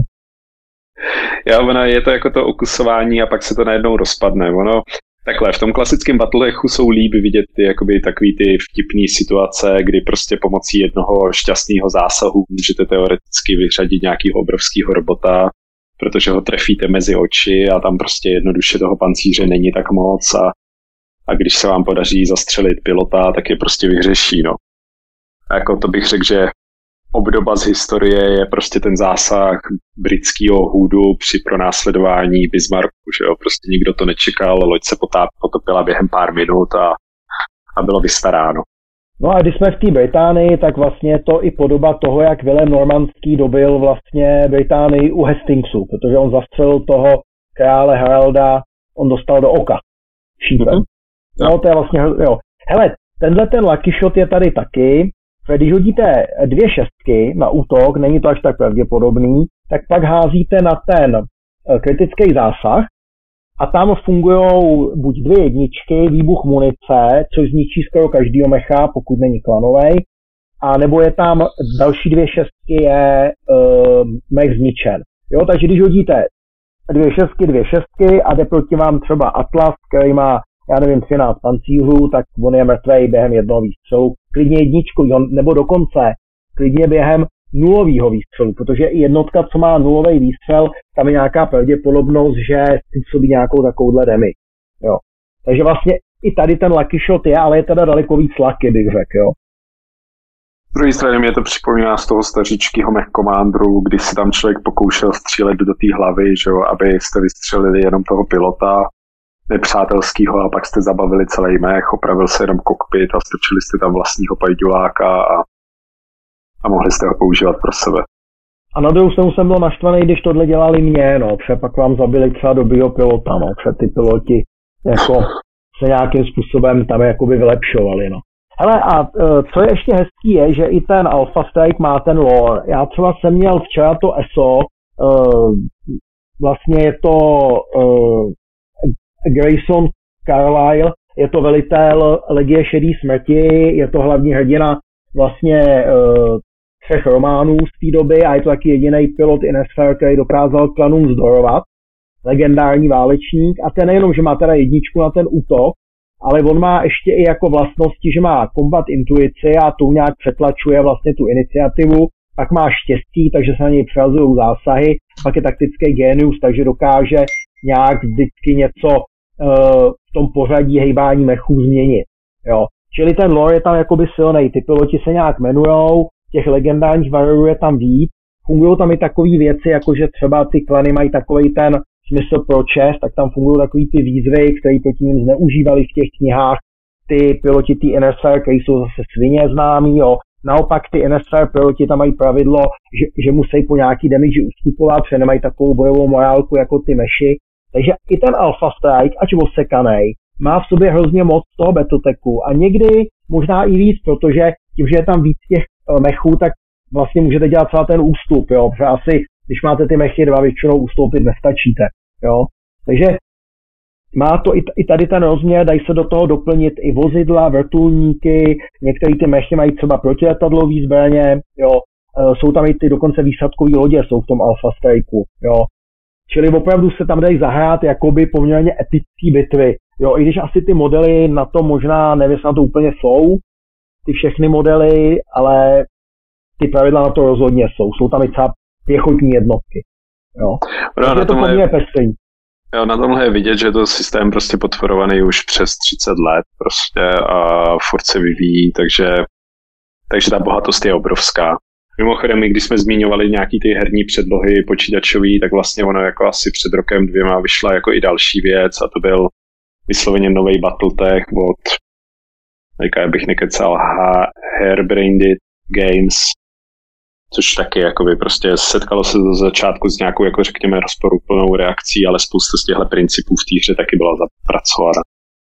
Jo, ono je to jako to okusování a pak se to najednou rozpadne, ono. Takhle, v tom klasickém Battletechu jsou líp vidět ty, jakoby, takový ty vtipný situace, kdy prostě pomocí jednoho šťastného zásahu můžete teoreticky vyřadit nějakého obrovského robota, protože ho trefíte mezi oči a tam prostě jednoduše toho pancíře není tak moc a, a když se vám podaří zastřelit pilota, tak je prostě vyhřeší, no. A jako to bych řekl, že obdoba z historie je prostě ten zásah britského hůdu při pronásledování Bismarcku, že jo, prostě nikdo to nečekal, loď se potáp, potopila během pár minut a, a bylo vystaráno. No a když jsme v té Británii, tak vlastně to i podoba toho, jak Vilém Normandský dobil vlastně Británii u Hastingsu, protože on zastřelil toho krále Haralda, on dostal do oka šípem. Mm-hmm. No to je vlastně, jo. Hele, tenhle ten lucky shot je tady taky. Když hodíte dvě šestky na útok, není to až tak pravděpodobný, tak pak házíte na ten kritický zásah a tam fungují buď dvě jedničky, výbuch munice, což zničí skoro každýho mecha, pokud není klanovej, a nebo je tam další dvě šestky, je uh, mech zničen. Jo, takže když hodíte dvě šestky, dvě šestky a jde proti vám třeba Atlas, který má já nevím, třináct pancířů, tak on je mrtvej během jednoho výstřelu. Klidně jedničku, nebo dokonce klidně během nulového výstřelu, protože i jednotka, co má nulový výstřel, tam je nějaká pravděpodobnost, že způsobí nějakou takovouhle damage. Jo. Takže vlastně i tady ten lucky shot je, ale je teda daleko víc lucky, bych řekl, jo. Z druhé strany mě to připomíná z toho staříčkého Mech Commanderu, kdy si tam člověk pokoušel střílet do té hlavy, že jo, abyste vystřelili jenom toho pilota nepřátelskýho a pak jste zabavili celý mech, opravil se jenom kokpit a strčili jste tam vlastního pajďuláka a, a mohli jste ho používat pro sebe. A na druhou stranu jsem byl naštvaný, když tohle dělali mě, no, třeba pak vám zabili třeba dobrýho pilota, no, třeba ty piloti jako se nějakým způsobem tam jakoby vylepšovali, no. Hele, a uh, co je ještě hezký je, že i ten Alpha Strike má ten lore. Já třeba jsem měl včera to E S O, uh, vlastně je to uh, Grayson Carlyle, je to velitel Legie šedý smrti, je to hlavní hrdina vlastně uh, třech románů z té doby a je to taky jediný pilot N S R, který dokázal klanům zdorovat, legendární válečník, a ten nejenom, že má teda jedničku na ten útok, ale on má ještě i jako vlastnosti, že má combat intuici a tou nějak přetlačuje vlastně tu iniciativu, pak má štěstí, takže se na něj přehazují zásahy, pak je taktický genius, takže dokáže nějak vždycky něco uh, v tom pořadí hejbání mechů změnit. Jo. Čili ten lore je tam jakoby silnej, ty piloti se nějak jmenujou, těch legendárních warriorů je tam víc, fungují tam i takové věci, jako že třeba ty klany mají takový ten smysl pro čest, tak tam fungují takový ty výzvy, které proti ním zneužívali v těch knihách, ty piloti ty N S R, které jsou zase svině známí, jo. Naopak ty N S R piloti tam mají pravidlo, že, že musí po nějaký damage ustupovat, protože nemají takovou bojovou morálku jako ty meši. Takže i ten Alpha Strike, ač osekanej, má v sobě hrozně moc toho betoteku a někdy možná i víc, protože tím, že je tam víc těch mechů, tak vlastně můžete dělat celý ten ústup, jo, protože asi, když máte ty mechy dva, většinou ustoupit nestačíte, jo. Takže má to i, t- i tady ten rozměr, dají se do toho doplnit i vozidla, vrtulníky, některé ty mechy mají třeba protiletadlové zbraně, jo, e, jsou tam i ty dokonce výsadkové lodě, jsou v tom Alpha Strikeu, jo. Čili opravdu se tam dají zahrát jakoby poměrně epické bitvy, jo, i když asi ty modely na to možná, nevím, na to úplně jsou, ty všechny modely, ale ty pravidla na to rozhodně jsou. Jsou tam i třeba pěchotní jednotky. Jo. No, na to tomhle, je pestrý. Jo, na tomhle je vidět, že je to systém prostě potvorovaný už přes třicet let prostě a furt se vyvíjí, takže, takže ta bohatost je obrovská. Mimochodem, i když jsme zmiňovali nějaký ty herní předlohy počítačový, tak vlastně ono jako asi před rokem dvěma vyšla jako i další věc a to byl vysloveně nový Battletech od, jak bych nekecal, Harebrained Games, což taky jakoby prostě setkalo se do začátku s nějakou, jako řekněme, rozporuplnou reakcí, ale spousta z těchto principů v té hře taky byla zapracována.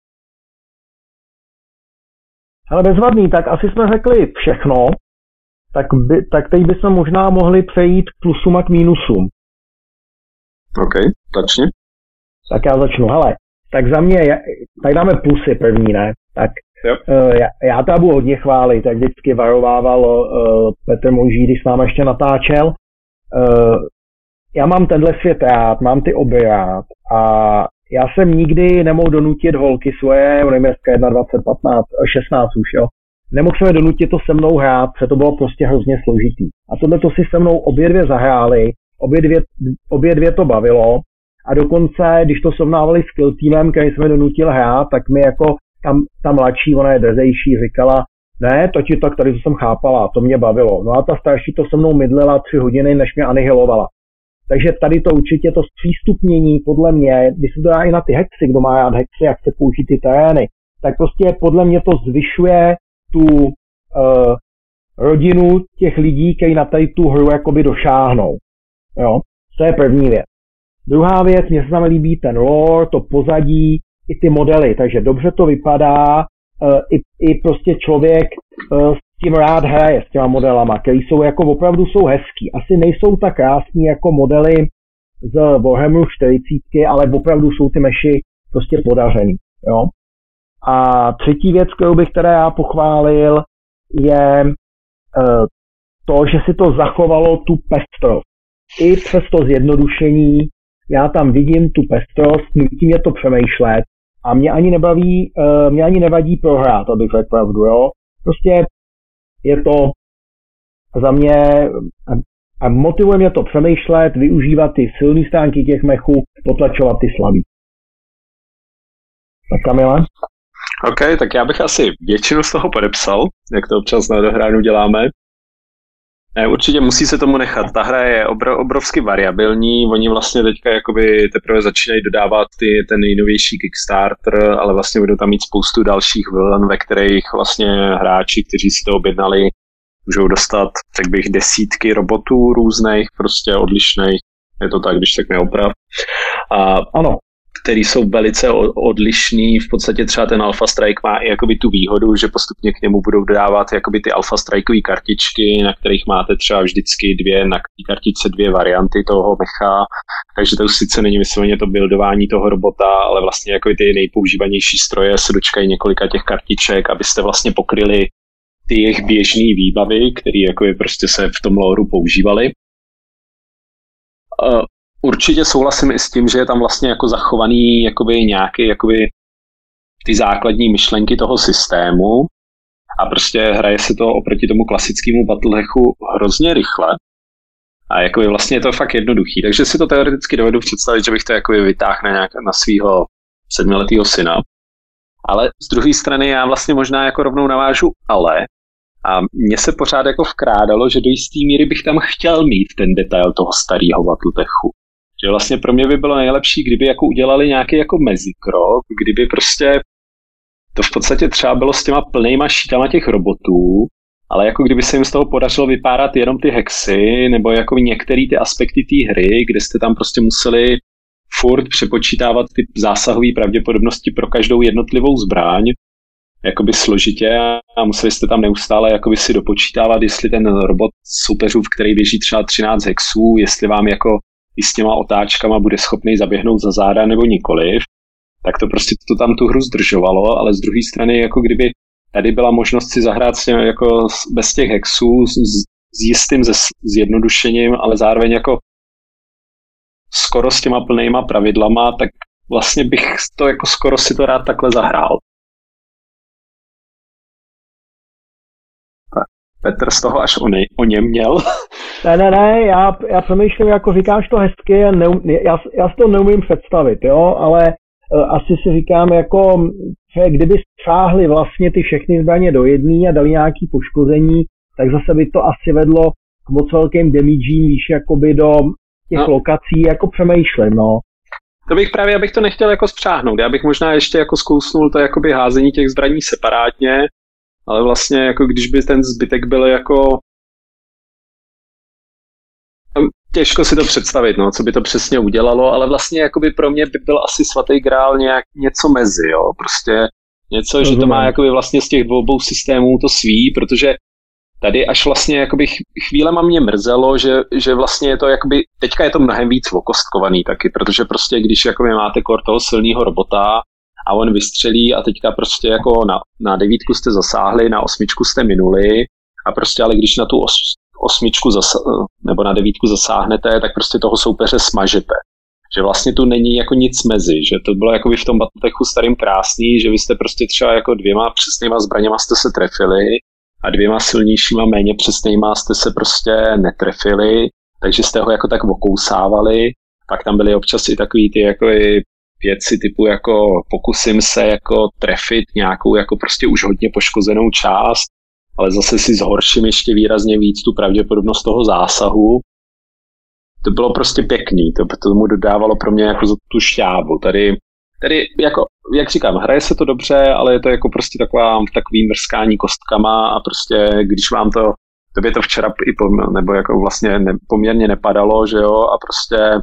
Ale bezvadný, tak asi jsme řekli všechno, tak, by, tak teď bychom možná mohli přejít k plusům a k mínusům. OK, začni. Tak já začnu, hele, tak za mě, tak dáme plusy první, ne? Tak uh, já, já to budu hodně chválit, tak vždycky varovával uh, Petr Monží, když s námi ještě natáčel. Uh, já mám tenhle svět rád, mám ty oby rád a já jsem nikdy nemohl donutit holky svoje, nevím, dneska je dvacet jedna, patnáct, šestnáct už, jo. Nemohl jsem je donutit to se mnou hrát, protože to bylo prostě hrozně složitý. A tohle to si se mnou obě dvě zahráli, obě dvě, obě dvě to bavilo a dokonce, když to srovnávali s Kill Teamem, který jsme donutil hrát, tak mi jako tam, ta mladší, ona je drzejší, říkala, ne, to ti tak tady to jsem chápala, to mě bavilo. No a ta starší to se mnou mydlela tři hodiny, než mě anihilovala. Takže tady to určitě to zpřístupnění, podle mě, když se to dá i na ty hexy, kdo má rád hexy, jak se použít ty terény, tak prostě podle mě to zvyšuje tu uh, rodinu těch lidí, kteří na tady tu hru jakoby došáhnou. Jo? To je první věc. Druhá věc, mně se tam líbí ten lore, to pozadí, i ty modely, takže dobře to vypadá, uh, i, i prostě člověk uh, s tím rád hraje, s těma modelama, který jsou jako opravdu jsou hezký. Asi nejsou tak krásní jako modely z Warhammeru čtyřicet, ale opravdu jsou ty meši prostě podařený. Jo? A třetí věc, kterou bych teda já pochválil, je uh, to, že si to zachovalo tu pestrost. I přes to zjednodušení, já tam vidím tu pestrost, nutí mě to přemýšlet a mě ani nebaví, mě ani nevadí prohrát, abych řekl pravdu, jo. Prostě je to za mě, a motivuje mě to přemýšlet, využívat ty silné stránky těch mechů, potlačovat ty slabý. Tak Kamile? OK, tak já bych asi většinu z toho podepsal, jak to občas na dohránu děláme. Ne, určitě musí se tomu nechat. Ta hra je obro, obrovsky variabilní. Oni vlastně teďka jakoby teprve začínají dodávat ty, ten nejnovější Kickstarter, ale vlastně budou tam mít spoustu dalších vln, ve kterých vlastně hráči, kteří si to objednali, můžou dostat, řekl bych, desítky robotů různých, prostě odlišných. Je to tak, když tak neoprav. A ano. Který jsou velice odlišný. V podstatě třeba ten Alpha Strike má i jakoby tu výhodu, že postupně k němu budou dodávat jakoby ty Alpha Strikeové kartičky, na kterých máte třeba vždycky dvě, na kartičce dvě varianty toho mecha, takže to už sice není vysloveně to buildování toho robota, ale vlastně jako ty nejpoužívanější stroje se dočkají několika těch kartiček, abyste vlastně pokryli ty jejich běžné výbavy, které jako prostě se v tom lóru používaly. Uh, Určitě souhlasím i s tím, že je tam vlastně jako zachovaný jakoby nějaký jakoby ty základní myšlenky toho systému a prostě hraje se to oproti tomu klasickému Battlehachu hrozně rychle a jakoby vlastně je to fakt jednoduchý, takže si to teoreticky dovedu představit, že bych to jakoby vytáhl na, nějak, na svýho sedmiletýho syna. Ale z druhé strany já vlastně možná jako rovnou navážu ale a mně se pořád jako vkrádalo, že do jistý míry bych tam chtěl mít ten detail toho starého Battletechu. Že vlastně pro mě by bylo nejlepší, kdyby jako udělali nějaký jako mezikrok, kdyby prostě to v podstatě třeba bylo s těma plnýma šítama těch robotů, ale jako kdyby se jim z toho podařilo vypárat jenom ty hexy, nebo jako některé ty aspekty té hry, kde jste tam prostě museli furt přepočítávat ty zásahové pravděpodobnosti pro každou jednotlivou zbraň, jakoby složitě a museli jste tam neustále jakoby si dopočítávat, jestli ten robot soupeřův, který běží třeba třináct hexů, jestli vám jako i s těma otáčkama bude schopný zaběhnout za záda nebo nikoliv, tak to prostě to tam tu hru zdržovalo, ale z druhé strany, jako kdyby tady byla možnost si zahrát s těm, jako bez těch hexů, s, s jistým zjednodušením, ale zároveň jako skoro s těma plnýma pravidlama, tak vlastně bych to jako skoro si to rád takhle zahrál. Petr z toho až o, nej, o něm měl. Ne, ne, ne, já, já přemýšlím, jako říkáš to hezky, neum, já, já si to neumím představit, jo, ale uh, asi si říkám, jako, že kdyby střáhli vlastně ty všechny zbraně do jedné a dali nějaké poškození, tak zase by to asi vedlo k moc velkým damagím, víš, jakoby do těch no. lokací, jako přemýšlím, no. To bych právě, abych to nechtěl jako spřáhnout, já bych možná ještě jako zkousnul to jakoby házení těch zbraní separátně, ale vlastně jako když by ten zbytek byl jako těžko si to představit, no, co by to přesně udělalo, ale vlastně jakoby pro mě by byl asi svatý grál nějak něco mezi, jo, prostě něco, Rozumím. Že to má jakoby vlastně z těch dvou obou systémů to svý, protože tady až vlastně jakoby chvílema mě mrzelo, že, že vlastně je to jakoby, teďka je to mnohem víc okostkovaný taky, protože prostě když jakoby máte kor toho silného robota a on vystřelí a teďka prostě jako na, na devítku jste zasáhli, na osmičku jste minuli a prostě ale když na tu os, osmičku zasa- nebo na devítku zasáhnete, tak prostě toho soupeře smažete. Že vlastně tu není jako nic mezi, že to bylo jakoby v tom Battletechu starým krásný, že vy jste prostě třeba jako dvěma přesnýma zbraněma jste se trefili a dvěma silnějšíma méně přesnýma jste se prostě netrefili, takže jste ho jako tak okousávali. Pak tam byly občas i takový ty jako i věci typu jako pokusím se jako trefit nějakou jako prostě už hodně poškozenou část, ale zase si zhorším ještě výrazně víc tu pravděpodobnost toho zásahu. To bylo prostě pěkný, to, to tomu dodávalo pro mě jako tu šťávu. Tady, tady jako, jak říkám, hraje se to dobře, ale je to jako prostě taková, takový mrskání kostkama a prostě když vám to, to by to včera i po, nebo jako vlastně ne, poměrně nepadalo, že jo, a prostě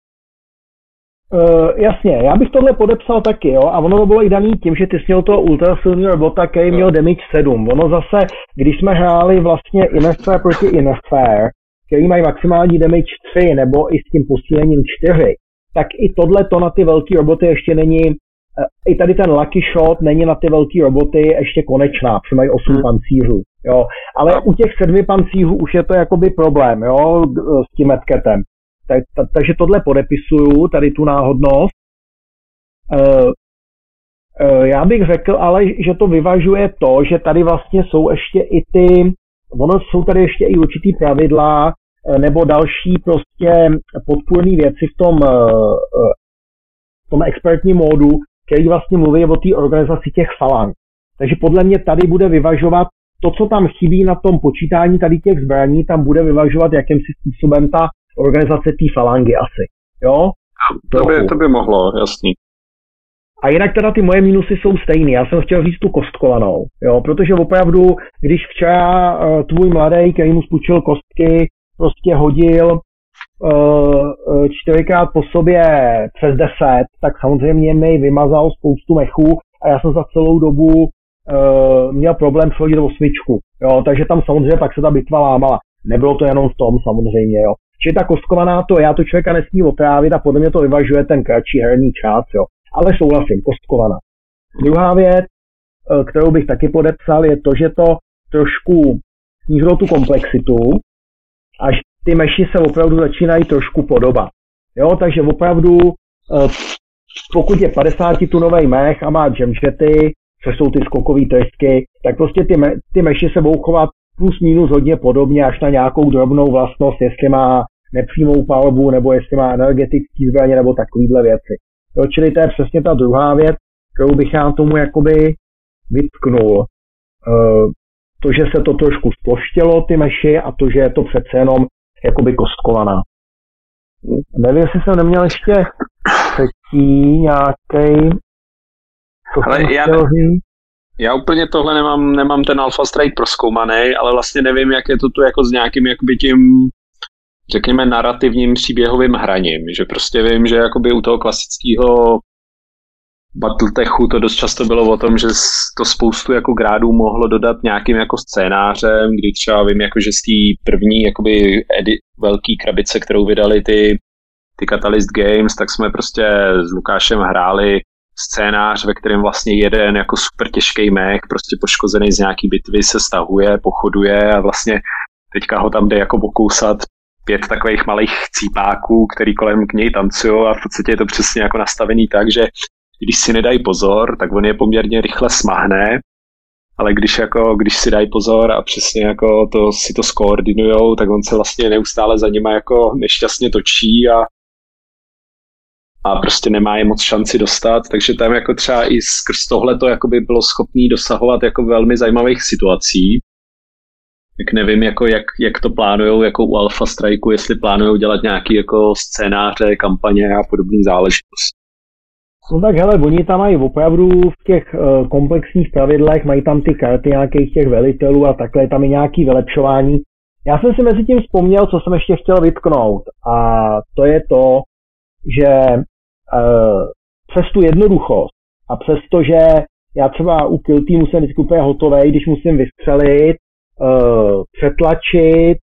Uh, jasně, já bych tohle podepsal taky, jo, a ono to bylo i daný tím, že ty jsi měl toho ultrasilního robota, který měl damage sedm. Ono zase, když jsme hráli vlastně Innisphere proti Innisphere, který mají maximální damage tři, nebo i s tím posílením čtyři, tak i tohle to na ty velký roboty ještě není, i tady ten Lucky Shot není na ty velký roboty ještě konečná, protože mají osm hmm. pancířů, jo, ale u těch sedmi pancířů už je to jakoby problém, jo, s tím medketem. Tak, ta, takže tohle podepisuju, tady tu náhodnost. Uh, Já bych řekl ale, že to vyvažuje to, že tady vlastně jsou ještě i ty, ono jsou tady ještě i určitý pravidla nebo další prostě podpůrné věci v tom, v tom expertním módu, který vlastně mluví o té organizaci těch falang. Takže podle mě tady bude vyvažovat to, co tam chybí na tom počítání tady těch zbraní, tam bude vyvažovat jakýmsi způsobem ta organizace té falangy asi. Jo? To by, to by mohlo, jasný. A jinak teda ty moje mínusy jsou stejný. Já jsem chtěl říct tu kostkovanou, jo, protože opravdu, když včera uh, tvůj mladý, který mu spůjčil kostky, prostě hodil uh, čtyřikrát po sobě přes deset, tak samozřejmě mi vymazal spoustu mechů a já jsem za celou dobu uh, měl problém shodit osmičku, jo, takže tam samozřejmě pak se ta bitva lámala. Nebylo to jenom v tom samozřejmě, jo. Čili ta kostkovaná to, já to člověka nesmí otrávit a podle mě to vyvažuje ten kratší herní čas, jo. Ale souhlasím, kostkovaná. Druhá věc, kterou bych taky podepsal, je to, že to trošku snížilo tu komplexitu, až ty meši se opravdu začínají trošku podobat. Jo, takže opravdu, pokud je padesátitunový mech a má jamjety, což jsou ty skokové trysky, tak prostě ty, me, ty meši se budou chovat plus minus hodně podobně až na nějakou drobnou vlastnost, jestli má nepřímou palbu, nebo jestli má energetický zbraně, nebo takovýhle věci. Jo, čili to je přesně ta druhá věc, kterou bych já tomu jakoby vytknul. E, to, že se to trošku sploštilo, ty meši, a to, že je to přece jenom jakoby kostkovaná. Nevím, jestli jsem neměl ještě třetí nějaký. Ale já, ne, já úplně tohle nemám, nemám ten Alpha Strike prozkoumaný, ale vlastně nevím, jak je to tu jako s nějakým jakoby tím, řekněme, narrativním příběhovým hraním, že prostě vím, že jakoby u toho klasického Battletechu to dost často bylo o tom, že to spoustu jako grádů mohlo dodat nějakým jako scénářem, kdy třeba vím, jako, že z té první jakoby edi- velký krabice, kterou vydali ty, ty Catalyst Games, tak jsme prostě s Lukášem hráli scénář, ve kterém vlastně jeden jako super těžký mech, prostě poškozený z nějaký bitvy se stahuje, pochoduje a vlastně teďka ho tam jde jako pokousat pět takových malých chcípáků, který kolem k něj tancují a v podstatě je to přesně jako nastavený tak, že když si nedají pozor, tak on je poměrně rychle smahne, ale když, jako, když si dají pozor a přesně jako to, si to skoordinujou, tak on se vlastně neustále za nima jako nešťastně točí a, a prostě nemá je moc šanci dostat, takže tam jako třeba i skrz tohle to by bylo schopný dosahovat jako velmi zajímavých situací. Tak nevím, jako jak, jak to plánujou jako u Alpha Strikeu, jestli plánujou dělat nějaký jako scénáře, kampaně a podobné záležitosti. No tak hele, oni tam mají opravdu v těch uh, komplexních pravidlech, mají tam ty karty nějakých těch velitelů a takhle, tam je nějaký vylepšování. Já jsem si mezi tím vzpomněl, co jsem ještě chtěl vytknout, a to je to, že uh, přes tu jednoduchost a přes to, že já třeba u Kill Teamu jsem vždycky úplně hotovej, když musím vystřelit, uh, přetlačit,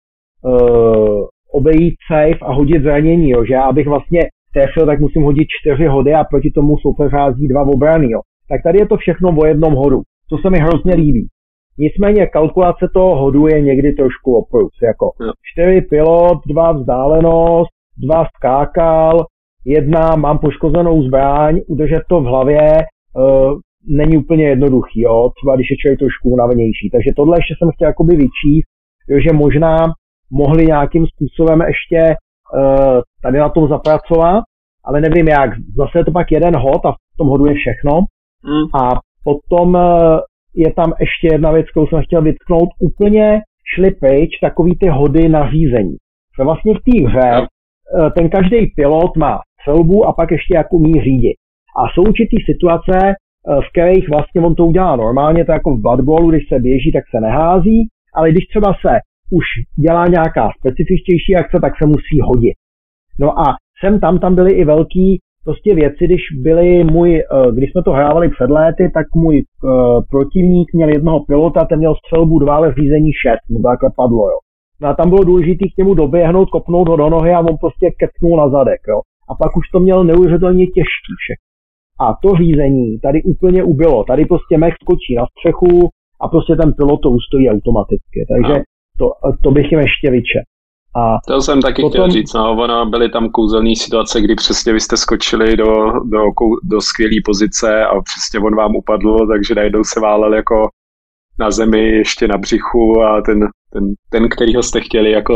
uh, obejít safe a hodit zranění, jo, že já abych vlastně trefil, tak musím hodit čtyři hody a proti tomu soupeř hází dva obrany, jo. Tak tady je to všechno o jednom hodu. To se mi hrozně líbí. Nicméně kalkulace toho hodu je někdy trošku oprus, jako čtyři pilot, dva vzdálenost, dva skákal, jedna mám poškozenou zbraň, udržet to v hlavě uh, není úplně jednoduchý, jo, třeba když je člověk trošku unavenější. Takže tohle ještě jsem chtěl jakoby vyčíst, jo, že možná mohli nějakým způsobem ještě uh, tady na tom zapracovat, ale nevím jak. Zase je to pak jeden hod a v tom hodu je všechno. Mm. A potom uh, je tam ještě jedna věc, kterou jsem chtěl vytknout, úplně šli pryč takový ty hody na řízení. Že vlastně v té hře uh, ten každý pilot má střelbu a pak ještě jak umí řídit. A jsou určitý situace, uh, v kterých vlastně on to udělá normálně, to jako v Blood Bowlu, když se běží, tak se nehází, ale když třeba se už dělá nějaká specifičtější akce, tak se musí hodit. No a sem tam tam byly i velký prostě věci, když byly můj, když jsme to hrávali před léty, tak můj uh, protivník měl jednoho pilota, ten měl střelbu dva, ale v řízení šest, mu takhle padlo, jo. No a tam bylo důležité k němu doběhnout, kopnout ho do nohy a on prostě kecknul na zadek, jo. A pak už to měl neuvěřitelně těžký všechno. A to řízení tady úplně ubylo. Tady prostě mech skočí na střechu a prostě ten pilot to ustojí automaticky. Takže to, to bych jim ještě vyčet. A to jsem taky potom... chtěl říct, no, ono byly tam kouzelné situace, kdy přesně vy jste skočili do, do, do skvělé pozice a přesně on vám upadl, takže najednou se válel jako na zemi, ještě na břichu a ten, ten, ten kterýho jste chtěli jako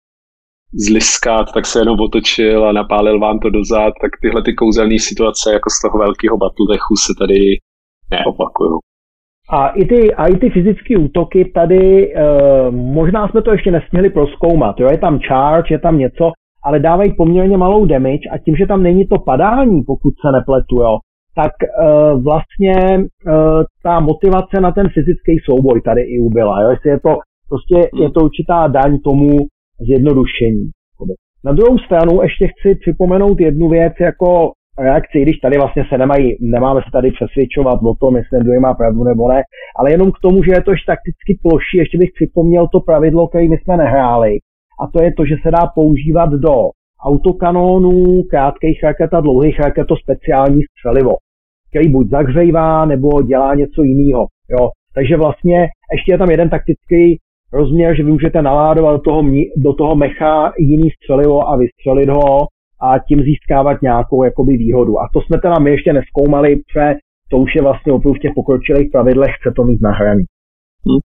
zliskat, tak se jenom otočil a napálil vám to dozad, tak tyhle ty kouzelné situace jako z toho velkého battletechu se tady neopakují. A i ty, a i ty fyzické útoky tady, e, možná jsme to ještě nestihli prozkoumat, jo? Je tam charge, je tam něco, ale dávají poměrně malou damage a tím, že tam není to padání, pokud se nepletu, jo, tak e, vlastně e, ta motivace na ten fyzický souboj tady i ubyla, jo? Jestli je to, prostě je to určitá daň tomu zjednodušení. Na druhou stranu ještě chci připomenout jednu věc jako reakci, když tady vlastně se nemají, nemáme se tady přesvědčovat o tom, jestli ten druhý má pravdu nebo ne, ale jenom k tomu, že je to ještě takticky ploší, ještě bych připomněl to pravidlo, které my jsme nehráli, a to je to, že se dá používat do autokanónů, krátkých raket a dlouhých raket to speciální střelivo, který buď zahřejvá, nebo dělá něco jiného. Jo. Takže vlastně ještě je tam jeden taktický rozměr, že vy můžete naládovat do toho, do toho mecha jiný střelivo a vystřelit ho a tím získávat nějakou jakoby výhodu. A to jsme teda my ještě nezkoumali, protože to už je vlastně opravdu v těch pokročilých pravidlech, chce to mít nahraný. Hmm.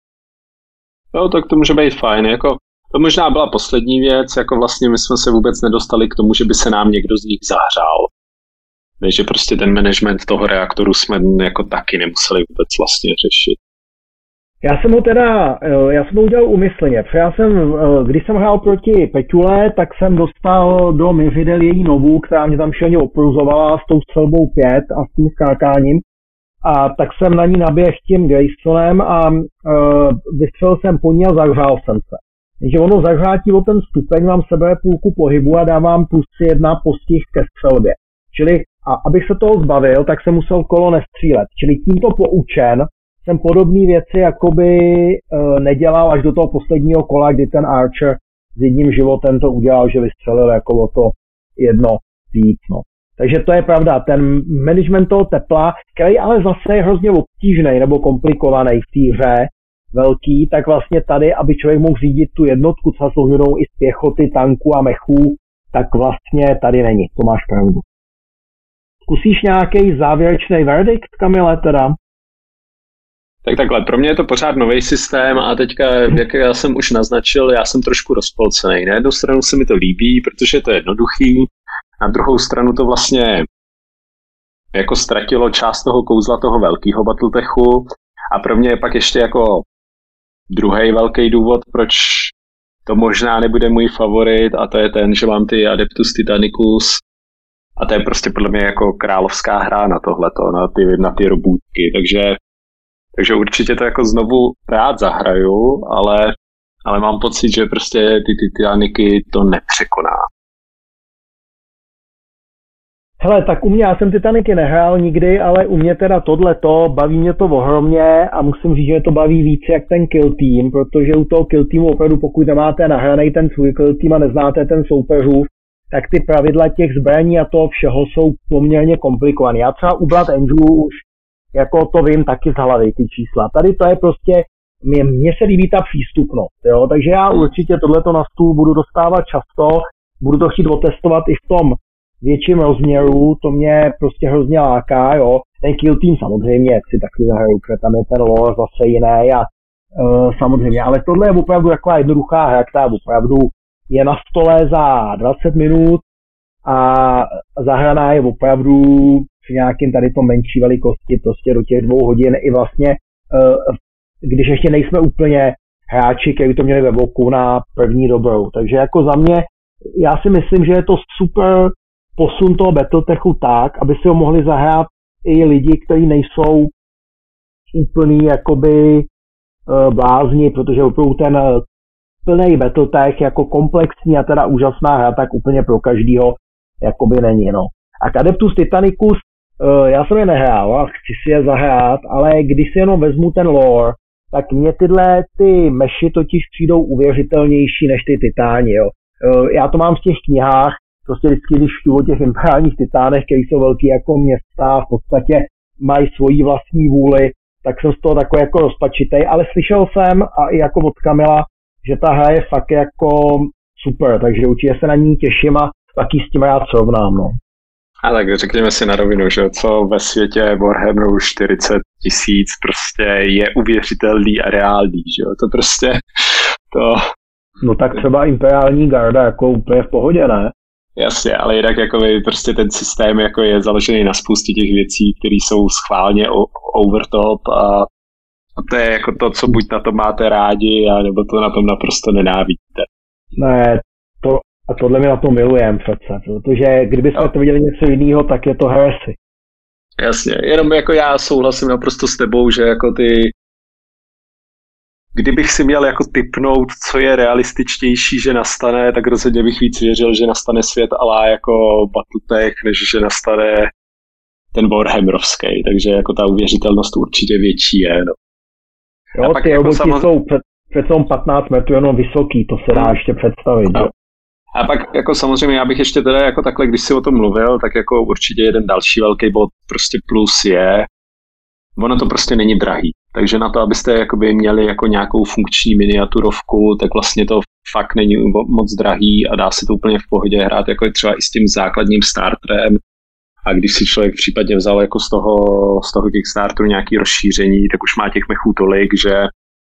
Jo, tak to může být fajn. Jako, to možná byla poslední věc, jako vlastně my jsme se vůbec nedostali k tomu, že by se nám někdo z nich zahřál. Takže prostě ten management toho reaktoru jsme jako taky nemuseli vůbec vlastně řešit. Já jsem ho teda, já jsem ho udělal úmyslně, protože já jsem, když jsem hrál proti Peťule, tak jsem dostal do Myřidel její novou, která mě tam šelně opruzovala s tou střelbou pět a s tím skákáním. A tak jsem na ní naběhl tím Graysonem a uh, vystřelil jsem po ní a zahřál jsem se. Takže ono zahřátí o ten stupeň vám sebere půlku pohybu a dávám plus jedna postih ke střelbě. Čili, a abych se toho zbavil, tak jsem musel kolo nestřílet. Čili tímto poučen jsem podobné věci jakoby uh, nedělal až do toho posledního kola, kdy ten Archer s jedním životem to udělal, že vystřelil jako o to jedno víc. No. Takže to je pravda, ten management toho tepla, který ale zase je hrozně obtížný nebo komplikovaný v té hře velký, tak vlastně tady, aby člověk mohl řídit tu jednotku, co složenou i z pěchoty, tanků a mechů, tak vlastně tady není, to máš pravdu. Zkusíš nějaký závěrečný verdikt, Kamile, teda? Tak takhle, pro mě je to pořád nový systém a teďka, jak já jsem už naznačil, já jsem trošku rozpolcený. Na jednu stranu se mi to líbí, protože je to jednoduchý, na druhou stranu to vlastně jako ztratilo část toho kouzla toho velkého battletechu a pro mě je pak ještě jako druhý velký důvod, proč to možná nebude můj favorit a to je ten, že mám ty Adeptus Titanicus a to je prostě podle mě jako královská hra na tohleto, na ty, na ty robůtky, takže Takže určitě to jako znovu rád zahraju, ale, ale mám pocit, že prostě ty Titaniky to nepřekoná. Hele, tak u mě, já jsem Titaniky nehrál nikdy, ale u mě teda tohleto, baví mě to ohromně a musím říct, že to baví víc jak ten Kill Team, protože u toho Kill Teamu opravdu, pokud nemáte nahranej ten svůj Kill Team a neznáte ten soupeřův, tak ty pravidla těch zbraní a toho všeho jsou poměrně komplikované. Já třeba u Blood Angelu už jako to vím taky z hlavy, ty čísla. Tady to je prostě, mě, mně se líbí ta přístupnost, jo, takže já určitě tohleto na stůl budu dostávat často, budu to chtít otestovat i v tom větším rozměru, to mě prostě hrozně láká, jo. Ten Kill Team samozřejmě, jak si taky zahraju, protože tam je ten lore zase jiný a uh, samozřejmě, ale tohle je opravdu taková jednoduchá hra, která opravdu je na stole za dvacet minut a zahraná je opravdu při nějakým tady to menší velikosti, prostě do těch dvou hodin i vlastně, když ještě nejsme úplně hráči, kteří to měli ve voku na první dobrou. Takže jako za mě, já si myslím, že je to super posun toho Battletechu tak, aby si ho mohli zahrát i lidi, kteří nejsou úplný jakoby blázni, protože opravdu ten plný Battletech jako komplexní a teda úžasná hra, tak úplně pro každýho jakoby není, no. A k Adeptus Titanicus, uh, já jsem je nehrál a chci si je zahrát, ale když si jenom vezmu ten lore, tak mně tyhle ty meši totiž přijdou uvěřitelnější než ty titáni, jo. Uh, já to mám v těch knihách, prostě vždycky, když čtu o těch imperiálních titánech, které jsou velký jako města, v podstatě mají svoji vlastní vůli, tak jsem z toho takový jako rozpačitej, ale slyšel jsem a i jako od Kamila, že ta hra je fakt jako super, takže určitě se na ní těším a taky s tím rád srovnám, no. Ale řekněme si na rovinu, že co ve světě Warhammeru čtyřicet tisíc prostě je uvěřitelný a reálný, že jo, to prostě to... No tak třeba Imperiální garda jako úplně v pohodě, ne? Jasně, ale jinak jako prostě ten systém jako je založený na spoustě těch věcí, které jsou schválně over top a, a to je jako to, co buď na tom máte rádi, a nebo to na tom naprosto nenávidíte. Ne, to, a tohle mi na to milujem přece, protože kdybychom no. tvrdili něco jiného, tak je to heresy. Jasně, jenom jako já souhlasím naprosto s tebou, že jako ty kdybych si měl jako tipnout, co je realističtější, že nastane, tak rozhodně bych víc věřil, že nastane svět alá jako Battletech, než že nastane ten Warhammerovský, takže jako ta uvěřitelnost určitě větší je. No. Jo, ty jako samozřejmě... jsou před, před tom patnáct metrů jenom vysoký, to se dá hmm. ještě představit. No. A pak jako samozřejmě já bych ještě teda jako takhle, když si o tom mluvil, tak jako určitě jeden další velký bod prostě plus je, ono to prostě není drahý. Takže na to, abyste jakoby měli jako nějakou funkční miniaturovku, tak vlastně to fakt není moc drahý a dá se to úplně v pohodě hrát, jako je třeba i s tím základním starterem. A když si člověk případně vzal jako z toho, z toho Kickstarteru nějaké rozšíření, tak už má těch mechů tolik, že,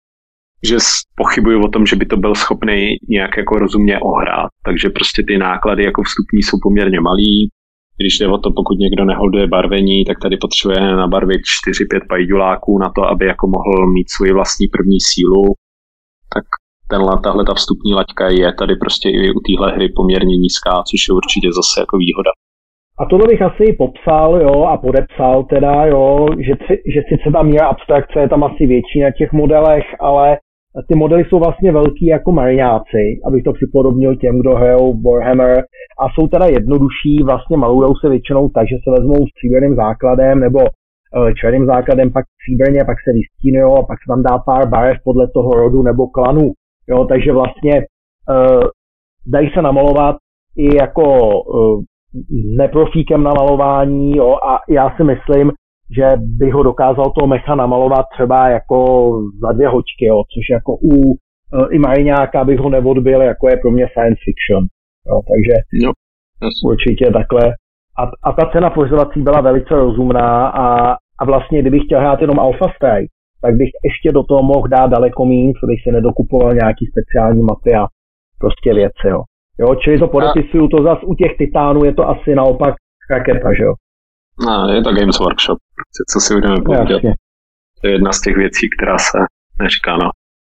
že pochybuju o tom, že by to byl schopný nějak jako rozumně ohrát. Takže prostě ty náklady jako vstupní jsou poměrně malý. Když jde o to, pokud někdo neholduje barvení, tak tady potřebuje nabarvit čtyři pět pajduláků na to, aby jako mohl mít svoji vlastní první sílu. Tak tenhle, tahle ta vstupní laťka je tady prostě i u téhle hry poměrně nízká, což je určitě zase jako výhoda. A tohle bych asi popsal, jo, a podepsal teda, jo, že, že sice ta míra abstrakce je tam asi větší na těch modelech, ale ty modely jsou vlastně velký jako mariňáci, abych to připodobnil těm, kdo hrajou Warhammer, a jsou teda jednodušší, vlastně malujou se většinou tak, že se vezmou stříbrným základem nebo uh, černým základem, pak stříbrně, pak se vystínujou a pak se tam dá pár barev podle toho rodu nebo klanu, jo, takže vlastně uh, dají se namalovat i jako uh, neprofíkem na malování, jo, a já si myslím, že bych ho dokázal toho mecha namalovat třeba jako za dvě hoďky, jo, což jako u uh, i mariňáka bych ho neodbil, jako je pro mě science fiction. Jo, takže no, určitě takhle. A, a ta cena pořizovací byla velice rozumná a, a vlastně kdybych chtěl hrát jenom Alpha Strike, tak bych ještě do toho mohl dát daleko míň, co bych si nedokupoval nějaký speciální mapy a prostě věci, jo. Jo, čili to podepisuju, to zas u těch titánů je to asi naopak raketa, že jo. No, je to Games Workshop, co si budeme povídat. To je jedna z těch věcí, která se neříká, no.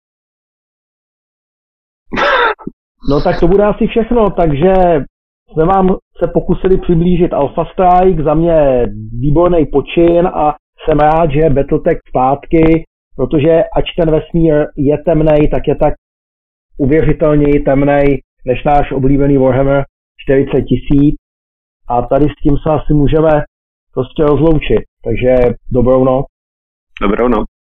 No tak to bude asi všechno, takže jsme vám se pokusili přiblížit Alpha Strike, za mě výborný počin a jsem rád, že je Battletech zpátky, protože ač ten vesmír je temnej, tak je tak uvěřitelněji temnej než náš oblíbený Warhammer čtyřicet tisíc a tady s tím se asi můžeme prostě rozloučit, takže dobrou noc. Dobrou noc.